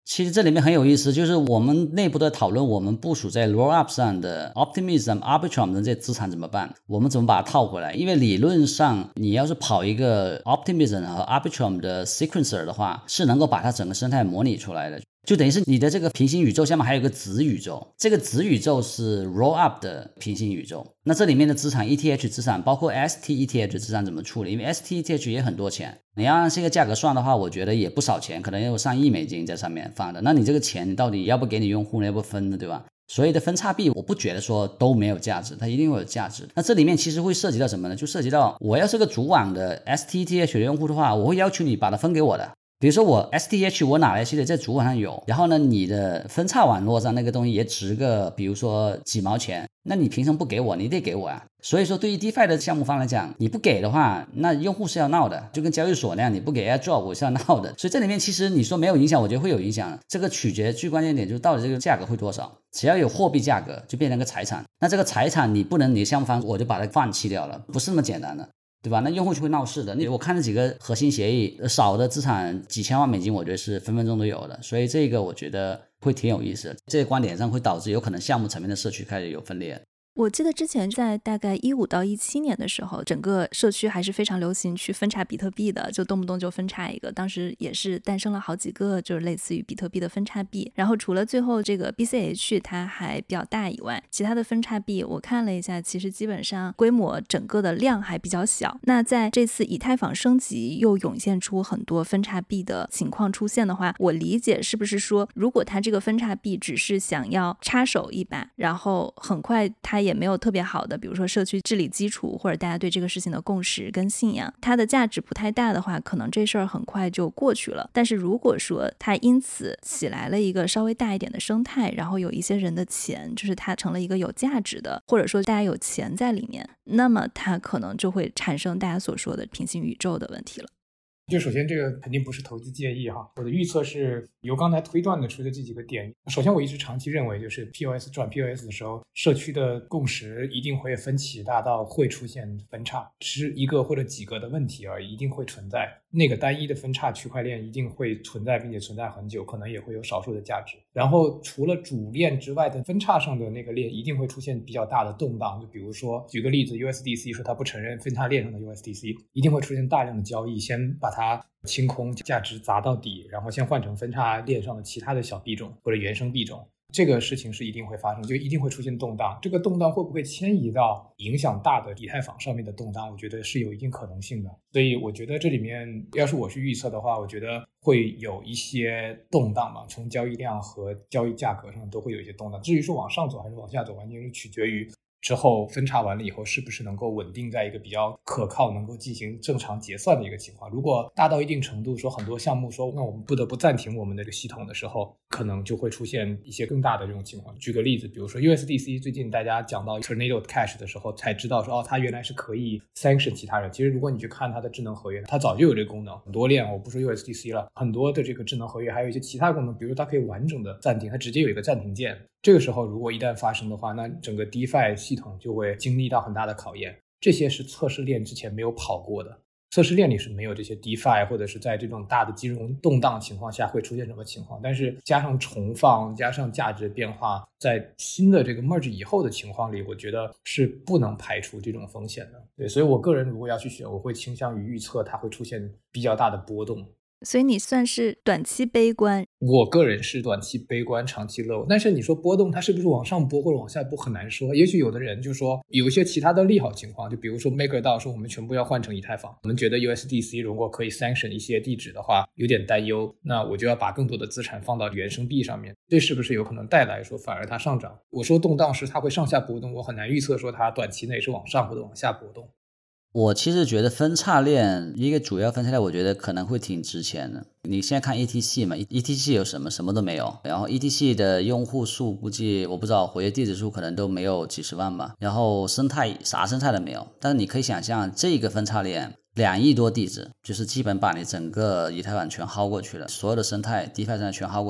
其实这里面很有意思，就是我们内部的讨论，我们部署在 Rollup 上的 Optimism、Arbitrum 的这些资产怎么办？我们怎么把它套回来？因为理论上，你要是跑一个 Optimism 和 Arbitrum 的 sequencer 的话，是能够把它整个生态模拟出来的。就等于是你的这个平行宇宙下面还有一个子宇宙，这个子宇宙是 Rollup 的平行宇宙。那这里面的资产 ETH 资产包括 STETH 资产怎么处理？因为 STETH 也很多钱，你要按这个价格算的话，我觉得也不少钱，可能有上亿美金在上面放的。那你这个钱你到底要不给你用户呢，要不分的，对吧？所以的分叉币我不觉得说都没有价值，它一定会有价值。那这里面其实会涉及到什么呢？就涉及到我要是个主网的 STETH 的用户的话，我会要求你把它分给我的。比如说我 STH 我哪来系列在主网上有，然后呢你的分叉网络上那个东西也值个比如说几毛钱，那你凭什么不给我？你得给我呀。所以说对于 DeFi 的项目方来讲，你不给的话，那用户是要闹的，就跟交易所那样，你不给 airdrop 我是要闹的。所以这里面其实你说没有影响，我觉得会有影响。这个取决最关键点就是到底这个价格会多少，只要有货币价格就变成个财产，那这个财产你不能你的项目方我就把它放弃掉了，不是那么简单的，对吧？那用户就会闹事的。我看这几个核心协议，少的资产几千万美金，我觉得是分分钟都有的。所以这个我觉得会挺有意思的。这个观点上会导致有可能项目层面的社区开始有分裂。 我记得之前在大概15到17年的时候，整个社区还是非常流行去分叉比特币的，就动不动就分叉一个。当时也是诞生了好几个就是类似于比特币的分叉币。然后除了最后这个 BCH 它还比较大以外，其他的分叉币我看了一下，其实基本上规模整个的量还比较小。那在这次以太坊升级又涌现出很多分叉币的情况出现的话，我理解是不是说，如果它这个分叉币只是想要插手一把，然后很快它也没有特别好的比如说社区治理基础，或者大家对这个事情的共识跟信仰，它的价值不太大的话，可能这事儿很快就过去了。但是如果说它因此起来了一个稍微大一点的生态，然后有一些人的钱，就是它成了一个有价值的，或者说大家有钱在里面，那么它可能就会产生大家所说的平行宇宙的问题了。 就首先这个肯定不是投资建议哈，我的预测是由刚才推断的出的这几个点。首先我一直长期认为，就是 POS 转 POS 的时候，社区的共识一定会分歧大到会出现分叉，只是一个或者几个的问题而已，一定会存在。那个单一的分叉区块链一定会存在，并且存在很久，可能也会有少数的价值。然后除了主链之外的分叉上的那个链一定会出现比较大的动荡，就比如说举个例子 USDC 说它不承认分叉链上的 USDC， 一定会出现大量的交易，先把它清空，价值砸到底，然后先换成分叉链上的其他的小币种或者原生币种。这个事情是一定会发生，就一定会出现动荡。这个动荡会不会迁移到影响大的以太坊上面的动荡，我觉得是有一定可能性的。所以我觉得这里面要是我去预测的话，我觉得会有一些动荡嘛，从交易量和交易价格上都会有一些动荡。至于说往上走还是往下走，完全是取决于之后分叉完了以后是不是能够稳定在一个比较可靠能够进行正常结算的一个情况。如果大到一定程度，说很多项目说那我们不得不暂停我们的这个系统的时候，可能就会出现一些更大的这种情况。举个例子，比如说 USDC 最近大家讲到 Tornado Cash 的时候才知道说它原来是可以 sanction 其他人。其实如果你去看它的智能合约，它早就有这个功能，很多链我不说 USDC 了，很多的这个智能合约还有一些其他功能，比如它可以完整的暂停，它直接有一个暂停键。这个时候如果一旦发生的话，那整个 DeFi 系统就会经历到很大的考验。这些是测试链之前没有跑过的，测试链里是没有这些 DeFi 或者是在这种大的金融动荡情况下会出现什么情况，但是加上重放加上价值变化，在新的这个 merge 以后的情况里，我觉得是不能排除这种风险的。对，所以我个人如果要去选，我会倾向于预测它会出现比较大的波动。 所以你算是短期悲观？ 我个人是短期悲观长期乐观，但是你说波动它是不是往上波或者往下波很难说。也许有的人就说有一些其他的利好情况，就比如说 MakerDAO 说我们全部要换成以太坊，我们觉得 USDC 如果可以 sanction 一些地址的话有点担忧，那我就要把更多的资产放到原生币上面，这是不是有可能带来说反而它上涨。我说动荡是它会上下波动，我很难预测说它短期内是往上或者往下波动。 我其实觉得分叉链一个主要分叉链，我觉得可能会挺值钱的。你现在看 ETC 嘛 ，ETC 有什么？什么都没有。然后 ETC 的用户数估计我不知道，活跃地址数可能都没有几十万吧。然后生态啥生态都没有。但是你可以想象，这个分叉链2亿多地址，就是基本把你整个以太坊全薅过去了，所有的生态 DeFi 生态全薅过去了。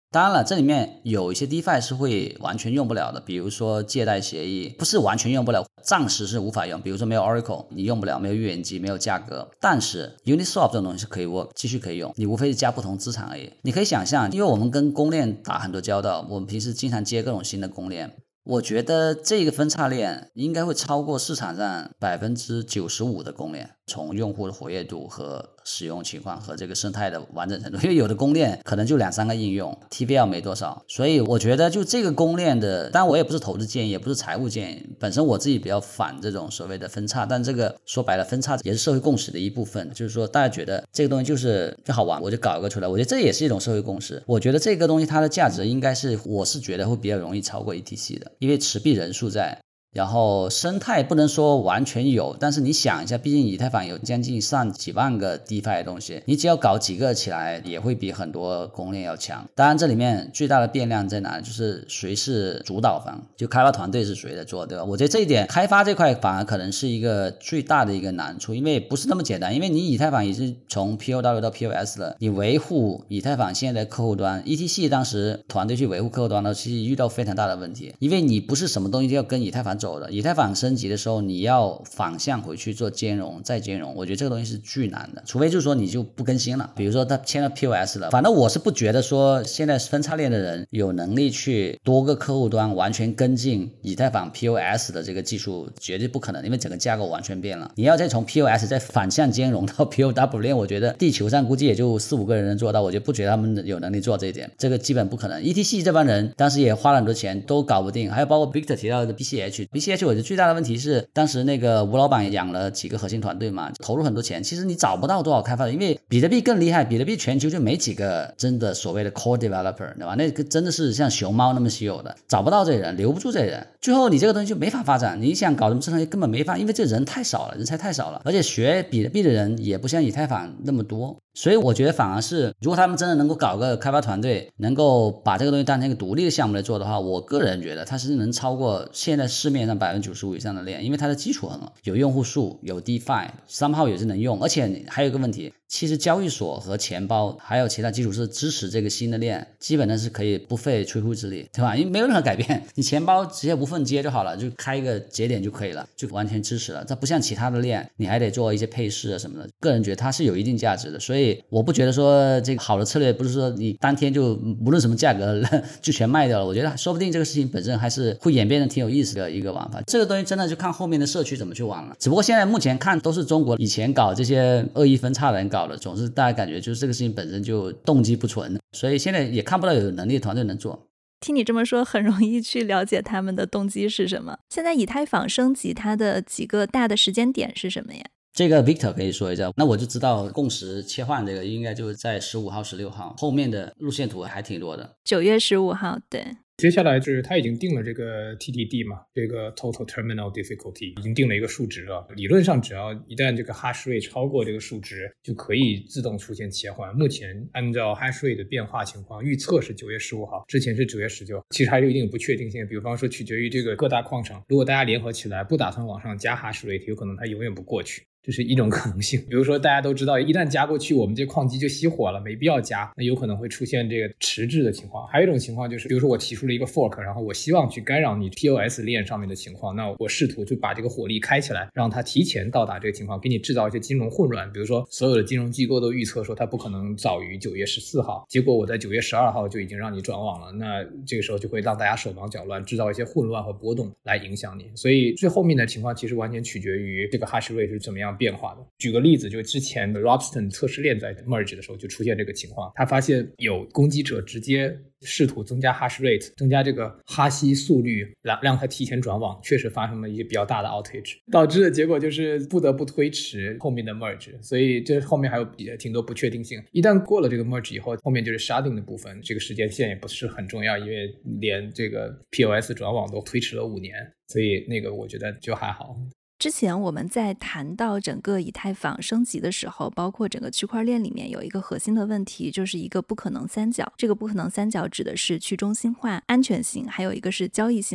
当然了，这里面有一些 DeFi 是会完全用不了的，比如说借贷协议，不是完全用不了，暂时是无法用，比如说没有 Oracle 你用不了，没有预言机，没有价格，但是 Uniswap 这种东西是可以 work， 继续可以用，你无非是加不同资产而已。你可以想象，因为我们跟公链打很多交道，我们平时经常接各种新的公链，我觉得这个分叉链应该会超过市场上95%的公链，从用户的活跃度和使用情况和这个生态的完整程度，因为有的公链可能就2-3个应用 TVL 没多少，所以我觉得就这个公链的，当然我也不是投资建议，也不是财务建议，本身我自己比较反这种所谓的分叉，但这个说白了分叉也是社会共识的一部分，就是说大家觉得这个东西就好玩，我就搞一个出来，我觉得这也是一种社会共识。我觉得这个东西它的价值应该是，我是觉得会比较容易超过 ETC 的，因为持币人数在，然后生态不能说完全有，但是你想一下，毕竟以太坊有将近上几万个 DeFi 的东西，你只要搞几个起来也会比很多公链要强。当然这里面最大的变量在哪，就是谁是主导方，就开发团队是谁在做，对吧？我觉得这一点开发这块反而可能是一个最大的一个难处，因为不是那么简单，因为你以太坊已经从 POW 到 POS 了，你维护以太坊现在的客户端 ETC 当时团队去维护客户端的其实遇到非常大的问题，因为你不是什么东西都要跟以太坊走的，以太坊升级的时候你要反向回去做兼容再兼容，我觉得这个东西是巨难的，除非就是说你就不更新了，比如说他签了 POS 了，反正我是不觉得说现在分叉链的人有能力去多个客户端完全跟进以太坊 POS 的这个技术，绝对不可能，因为整个架构完全变了，你要再从 POS 再反向兼容到 POW 链，我觉得地球上估计也就4-5个人能做到，我就不觉得他们有能力做这一点，这个基本不可能。 ETC 这帮人当时也花了很多钱都搞不定，还有包括 Victor 提到的 BCH 我觉得最大的问题是当时那个吴老板养了几个核心团队嘛，投入很多钱，其实你找不到多少开发者，因为比特币更厉害，比特币全球就没几个真的所谓的 core developer， 对吧？那个真的是像熊猫那么稀有的，找不到这人，留不住这人，最后你这个东西就没法发展，你想搞什么智能根本没法，因为这人太少了，人才太少了，而且学比特币的人也不像以太坊那么多，所以我觉得反而是如果他们真的能够搞个开发团队，能够把这个东西当成一个独立的项目来做的话，我个人觉得它是能超过现在市面上95%以上的链，因为它的基础很好，有用户数，有 DeFi somehow 也是能用，而且还有一个问题，其实交易所和钱包还有其他基础是支持这个新的链，基本上是可以不费吹灰之力，对吧？因为没有任何改变，你钱包直接无缝接就好了，就开一个节点就可以了，就完全支持了，这不像其他的链你还得做一些配饰啊什么的，个人觉得它是有一定价值的，所以我不觉得说这个好的策略不是说你当天就无论什么价格就全卖掉了，我觉得说不定这个事情本身还是会演变得挺有意思的一个玩法，这个东西真的就看后面的社区怎么去玩了，只不过现在目前看都是中国以前搞这些恶意分叉的人搞的，总是大家感觉就是这个事情本身就动机不纯，所以现在也看不到有能力的团队能做。 听你这么说很容易去了解他们的动机是什么。现在以太坊升级它的几个大的时间点是什么呀？ 这个 Victor 可以说一下，那我就知道共识切换这个应该就是在15号16号，后面的路线图还挺多的。 9月15号，对。 接下来就是他已经定了这个 TTD 嘛，这个 Total Terminal Difficulty 已经定了一个数值了。理论上只要一旦这个 hash rate 超过这个数值，就可以自动出现切换。目前按照 hash rate 的变化情况，预测是9月15号，之前是9月19号，其实还有一定不确定性。比方说取决于这个各大矿场，如果大家联合起来不打算往上加 hash rate， 有可能它永远不过去。这是一种可能性，比如说大家都知道一旦加过去我们这矿机就熄火了，没必要加，那有可能会出现这个迟滞的情况。还有一种情况就是比如说我提出了一个 fork， 然后我希望去干扰你 POS 链上面的情况，那我试图就把这个火力开起来，让它提前到达这个情况，给你制造一些金融混乱。比如说所有的金融机构都预测说它不可能早于9月14号，结果我在9月12号就已经让你转网了，那这个时候就会让大家手忙脚乱，制造一些混乱和波动来影响你。所以最后面的情况其实完全取决于这个 hash rate 是怎么样变化的。举个例子，就之前的 Ropsten 测试链在 merge 的时候就出现这个情况，他发现有攻击者直接试图增加 hash rate， 增加这个哈希速率，让它提前转网，确实发生了一些比较大的 outage， 导致的结果就是不得不推迟后面的 merge， 所以这后面还有挺多不确定性。一旦过了这个 merge 以后，后面就是 sharding 的部分，这个时间线也不是很重要，因为连这个 POS 转网都推迟了5年，所以那个我觉得就还好。 之前我们在谈到整个以太坊升级的时候，包括整个区块链里面有一个核心的问题，就是一个不可能三角。这个不可能三角指的是去中心化、安全性，还有一个是交易性能。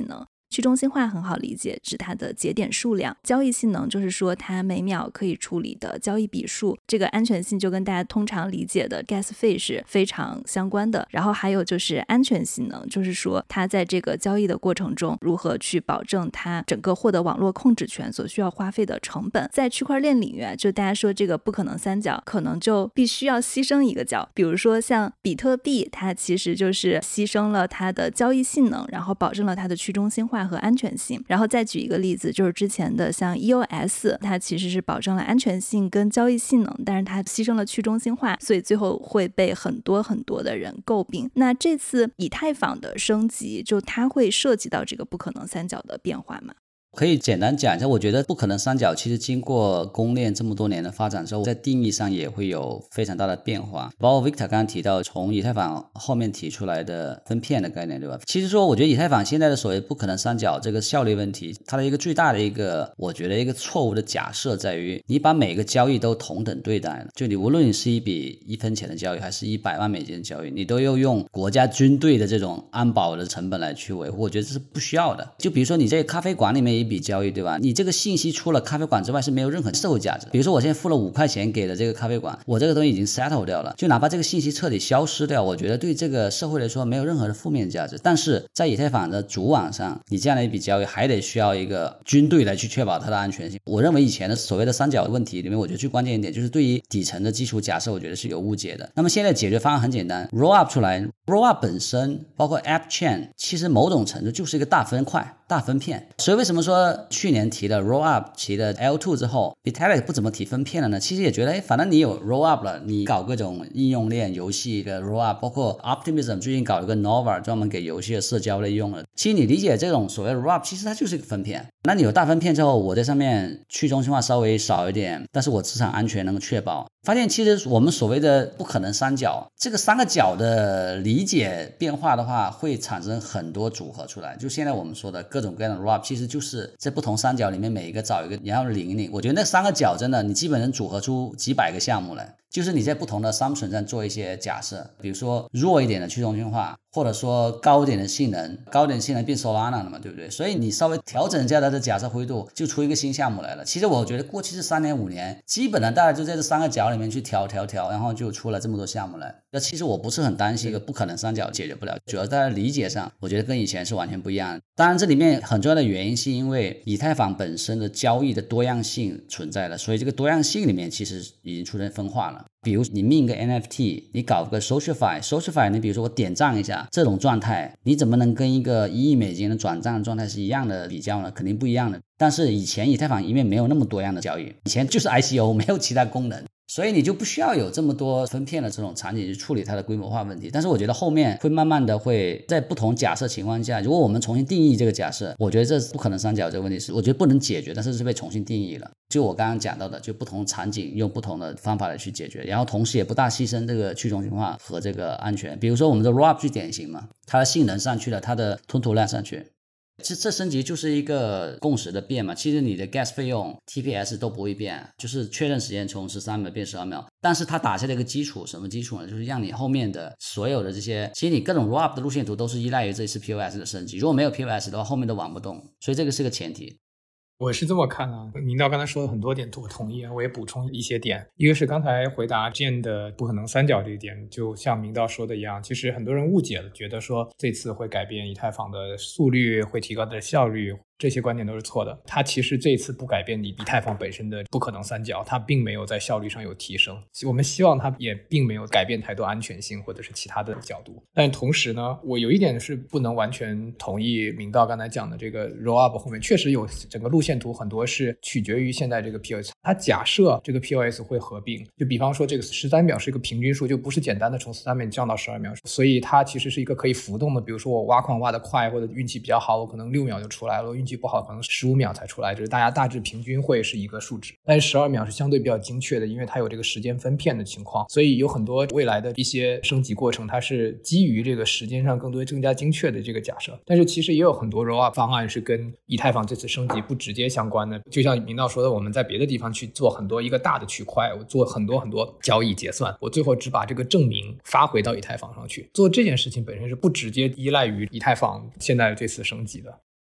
去中心化很好理解，指它的节点数量。交易性能就是说它每秒可以处理的交易笔数。这个安全性就跟大家通常理解的 gas fee 是非常相关的。然后还有就是安全性能，就是说它在这个交易的过程中如何去保证它整个获得网络控制权所需要花费的成本。在区块链领域就大家说这个不可能三角，可能就必须要牺牲一个角。比如说像比特币，它其实就是牺牲了它的交易性能，然后保证了它的去中心化和安全性。然后再举一个例子，就是之前的像 EOS， 它其实是保证了安全性跟交易性能，但是它牺牲了去中心化，所以最后会被很多的人诟病。那这次以太坊的升级，就它会涉及到这个不可能三角的变化吗？ 可以简单讲一下，我觉得不可能三角其实经过公链这么多年的发展之后，在定义上也会有非常大的变化。包括 Victor 刚刚提到从以太坊后面提出来的分片的概念，对吧？其实说我觉得以太坊现在的所谓不可能三角这个效率问题，它的一个最大的一个我觉得一个错误的假设在于你把每个交易都同等对待了，就你无论你是一笔1分钱的交易还是100万美金的交易，你都要用国家军队的这种安保的成本来去维护，我觉得这是不需要的。就比如说你在咖啡馆里面一笔交易，对吧？你这个信息除了咖啡馆之外是没有任何社会价值。比如说我现在付了5块钱给了这个咖啡馆，我这个东西已经 settle 掉了，就哪怕这个信息彻底消失掉，我觉得对这个社会来说没有任何的负面价值。但是在以太坊的主网上，你这样的一笔交易还得需要一个军队来去确保它的安全性。我认为以前的所谓的三角问题里面，我觉得最关键一点就是对于底层的基础假设，我觉得是有误解的。那么现在解决方案很简单 ，roll up 出来 ，roll up 本身包括 app chain， 其实某种程度就是一个大分块、大分片。所以为什么说去年提了 roll up 提了 L2 之后 Vitalik 不怎么提分片了呢？其实也觉得反正你有 roll up 了，你搞各种应用链游戏的 roll up， 包括 Optimism 最近搞了个 Nova 专门给游戏的社交类用的。其实你理解这种所谓的 roll up， 其实它就是一个分片。那你有大分片之后，我在上面去中心化稍微少一点，但是我资产安全能够确保。发现其实我们所谓的不可能三角，这个三个角的理解变化的话，会产生很多组合出来。就现在我们说的各种各样的 roll up， 其实就是在不同三角里面每一个找一个你要领一领。我觉得那三个角真的你基本能组合出几百个项目来，就是你在不同的 assumption 上做一些假设，比如说弱一点的去中心化，或者说高一点的性能，高一点的性能变 Solana 了嘛，对不对？所以你稍微调整一下它的假设灰度，就出一个新项目来了。其实我觉得过去这3年5年，基本上大家就在这三个角里面去调，然后就出了这么多项目来。那其实我不是很担心一个不可能三角解决不了，主要在理解上，我觉得跟以前是完全不一样的。当然这里面很重要的原因是因为以太坊本身的交易的多样性存在了，所以这个多样性里面其实已经出现分化了。比如你命个 NFT， 你搞个 Socialify， 你比如说我点赞一下，这种状态你怎么能跟一个1亿美金的转账状态是一样的比较呢？肯定不一样的。但是以前以太坊因为没有那么多样的交易，以前就是 ICO 没有其他功能，所以你就不需要有这么多分片的这种场景去处理它的规模化问题。但是我觉得后面会慢慢的会在不同假设情况下，如果我们重新定义这个假设，我觉得这不可能三角这个问题是我觉得不能解决，但是是被重新定义了。就我刚刚讲到的，就不同场景用不同的方法来去解决，然后同时也不大牺牲这个去中心化和这个安全。比如说我们的 Rollup 最典型嘛，它的性能上去了，它的吞吐量上去，这升级就是一个共识的变嘛。其实你的 gas 费用 TPS 都不会变，就是确认时间从13秒变12秒，但是它打下了一个基础，什么基础呢？就是让你后面的所有的这些，其实你各种 roll up 的路线图都是依赖于这次 POS 的升级，如果没有 POS 的话，后面都玩不动，所以这个是个前提。 我是这么看啊，明道刚才说的很多点我同意，我也补充一些点。一个是刚才回答 Jane 的不可能三角这一点，就像明道说的一样，其实很多人误解了，觉得说这次会改变以太坊的速率，会提高它的效率，这些观点都是错的。它其实这一次不改变以太坊本身的不可能三角，它并没有在效率上有提升，我们希望它也并没有改变太多安全性或者是其他的角度。但同时呢，我有一点是不能完全同意明道刚才讲的，这个 roll up 后面确实有整个路线图很多是取决于现在这个 POS， 它假设这个 POS 会合并，就比方说这个13秒是一个平均数，就不是简单的从13秒降到12秒，所以它其实是一个可以浮动的。比如说我挖矿挖得快，或者运气比较好，我可能6秒就出来了，运气不好可能15秒才出来，就是大家大致平均会是一个数值。但是12秒是相对比较精确的，因为它有这个时间分片的情况，所以有很多未来的一些升级过程它是基于这个时间上更加精确的这个假设。但是其实也有很多 roll up 方案是跟以太坊这次升级不直接相关的，就像明道说的，我们在别的地方去做很多一个大的区块，我做很多交易结算，我最后只把这个证明发回到以太坊上去，做这件事情本身是不直接依赖于以太坊现在的这次升级的。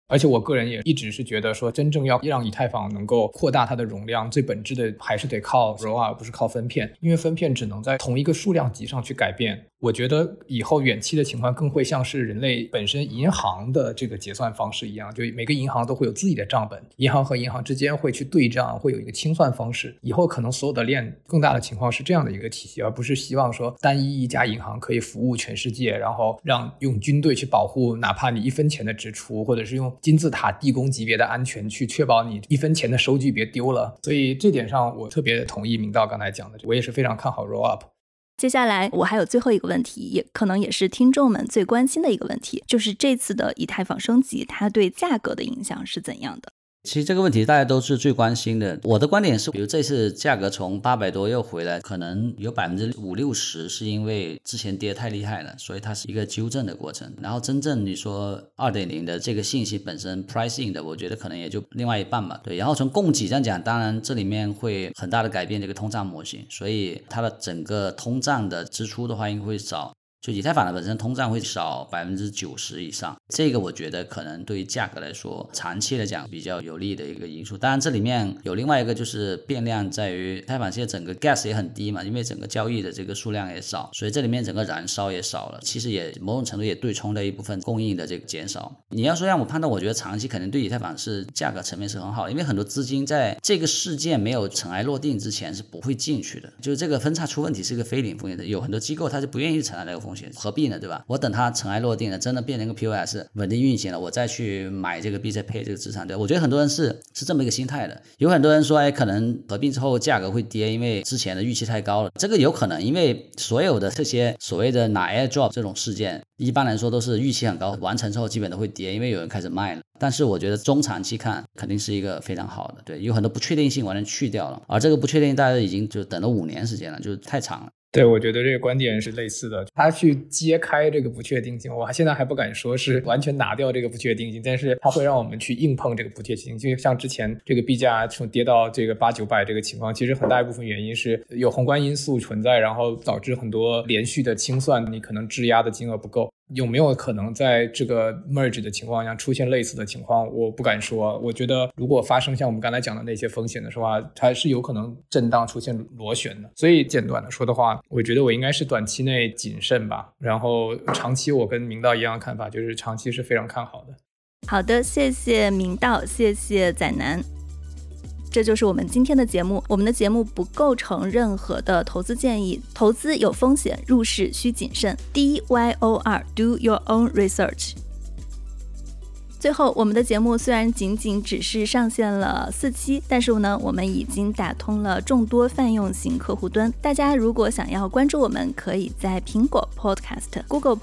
而且我个人也一直是觉得说，真正要让以太坊能够扩大它的容量，最本质的还是得靠 ROA 而不是靠分片，因为分片只能在同一个数量级上去改变。我觉得以后远期的情况更会像是人类本身银行的这个结算方式一样，就每个银行都会有自己的账本，银行和银行之间会去对账，会有一个清算方式。以后可能所有的链更大的情况是这样的一个体系，而不是希望说单一一家银行可以服务全世界，然后让用军队去保护哪怕你1分钱的支出，或者是用金字塔地宫级别的安全去确保你1分钱的收据别丢了。所以这点上我特别同意明道刚才讲的，我也是非常看好 roll up。 接下来我还有最后一个问题，也可能也是听众们最关心的一个问题，就是这次的以太坊升级它对价格的影响是怎样的？ 其实这个问题大家都是最关心的。我的观点是，比如这次价格从800多又回来，可能有50-60%是因为之前跌太厉害了，所以它是一个纠正的过程。然后真正你说 2.0 的这个信息本身 pricing 的，我觉得可能也就另外一半吧。对，然后从供给这样讲，当然这里面会很大的改变这个通胀模型，所以它的整个通胀的支出的话应该会少。就以太坊的本身通胀会少90%以上，这个我觉得可能对于价格来说长期来讲比较有利的一个因素。当然这里面有另外一个就是变量在于以太坊现在整个 gas 也很低嘛，因为整个交易的这个数量也少，所以这里面整个燃烧也少了，其实也某种程度也对冲了一部分供应的这个减少。你要说让我判断，我觉得长期肯定对以太坊是价格层面是很好的，因为很多资金在这个事件没有尘埃落定之前是不会进去的，就是这个分叉出问题是一个非零风险的，有很多机构它是不愿意承担这个风险，何必呢，对吧？我等它尘埃落定了，真的变成一个 POS 稳定运行了，我再去买这个币，再配这个资产，对吧？我觉得很多人是这么一个心态的。有很多人说，可能合并之后价格会跌，因为之前的预期太高了。这个有可能，因为所有的这些所谓的拿 airdrop 这种事件，一般来说都是预期很高，完成之后基本都会跌，因为有人开始卖了。但是我觉得中长期看肯定是一个非常好的，对，有很多不确定性完全去掉了，而这个不确定性大家已经就等了5年时间了，就是太长了。 对，我觉得这个观点是类似的，他去揭开这个不确定性，我现在还不敢说是完全拿掉这个不确定性，但是它会让我们去硬碰这个不确定性。就像之前这个币价从跌到这个800-900这个情况，其实很大一部分原因是有宏观因素存在，然后导致很多连续的清算，你可能质押的金额不够。有没有可能在这个 merge 的情况下出现类似的情况，我不敢说。我觉得如果发生像我们刚才讲的那些风险的话，它是有可能震荡出现螺旋的。所以简短的说的话，我觉得我应该是短期内谨慎吧，然后长期我跟明道一样的看法，就是长期是非常看好的。 好的，谢谢明道，谢谢仔南。这就是我们今天的节目。我们的节目不构成任何的投资建议，投资有风险，入市需谨慎。DYOR Do Your Own Research。最后，我们的节目虽然仅仅只是上线了4期，但是呢，我们已经打通了众多泛用型客户端。大家如果想要关注我们，可以在苹果 Podcast、Google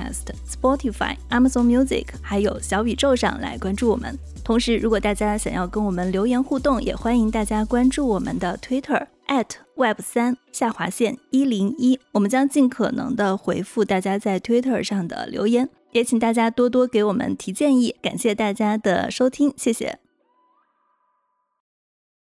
Podcast、Spotify、Amazon Music 还有小宇宙上来关注我们。同时，如果大家想要跟我们留言互动，也欢迎大家关注我们的 Twitter @web3_101，我们将尽可能的回复大家在 Twitter 上的留言。也请大家多多给我们提建议，感谢大家的收听，谢谢。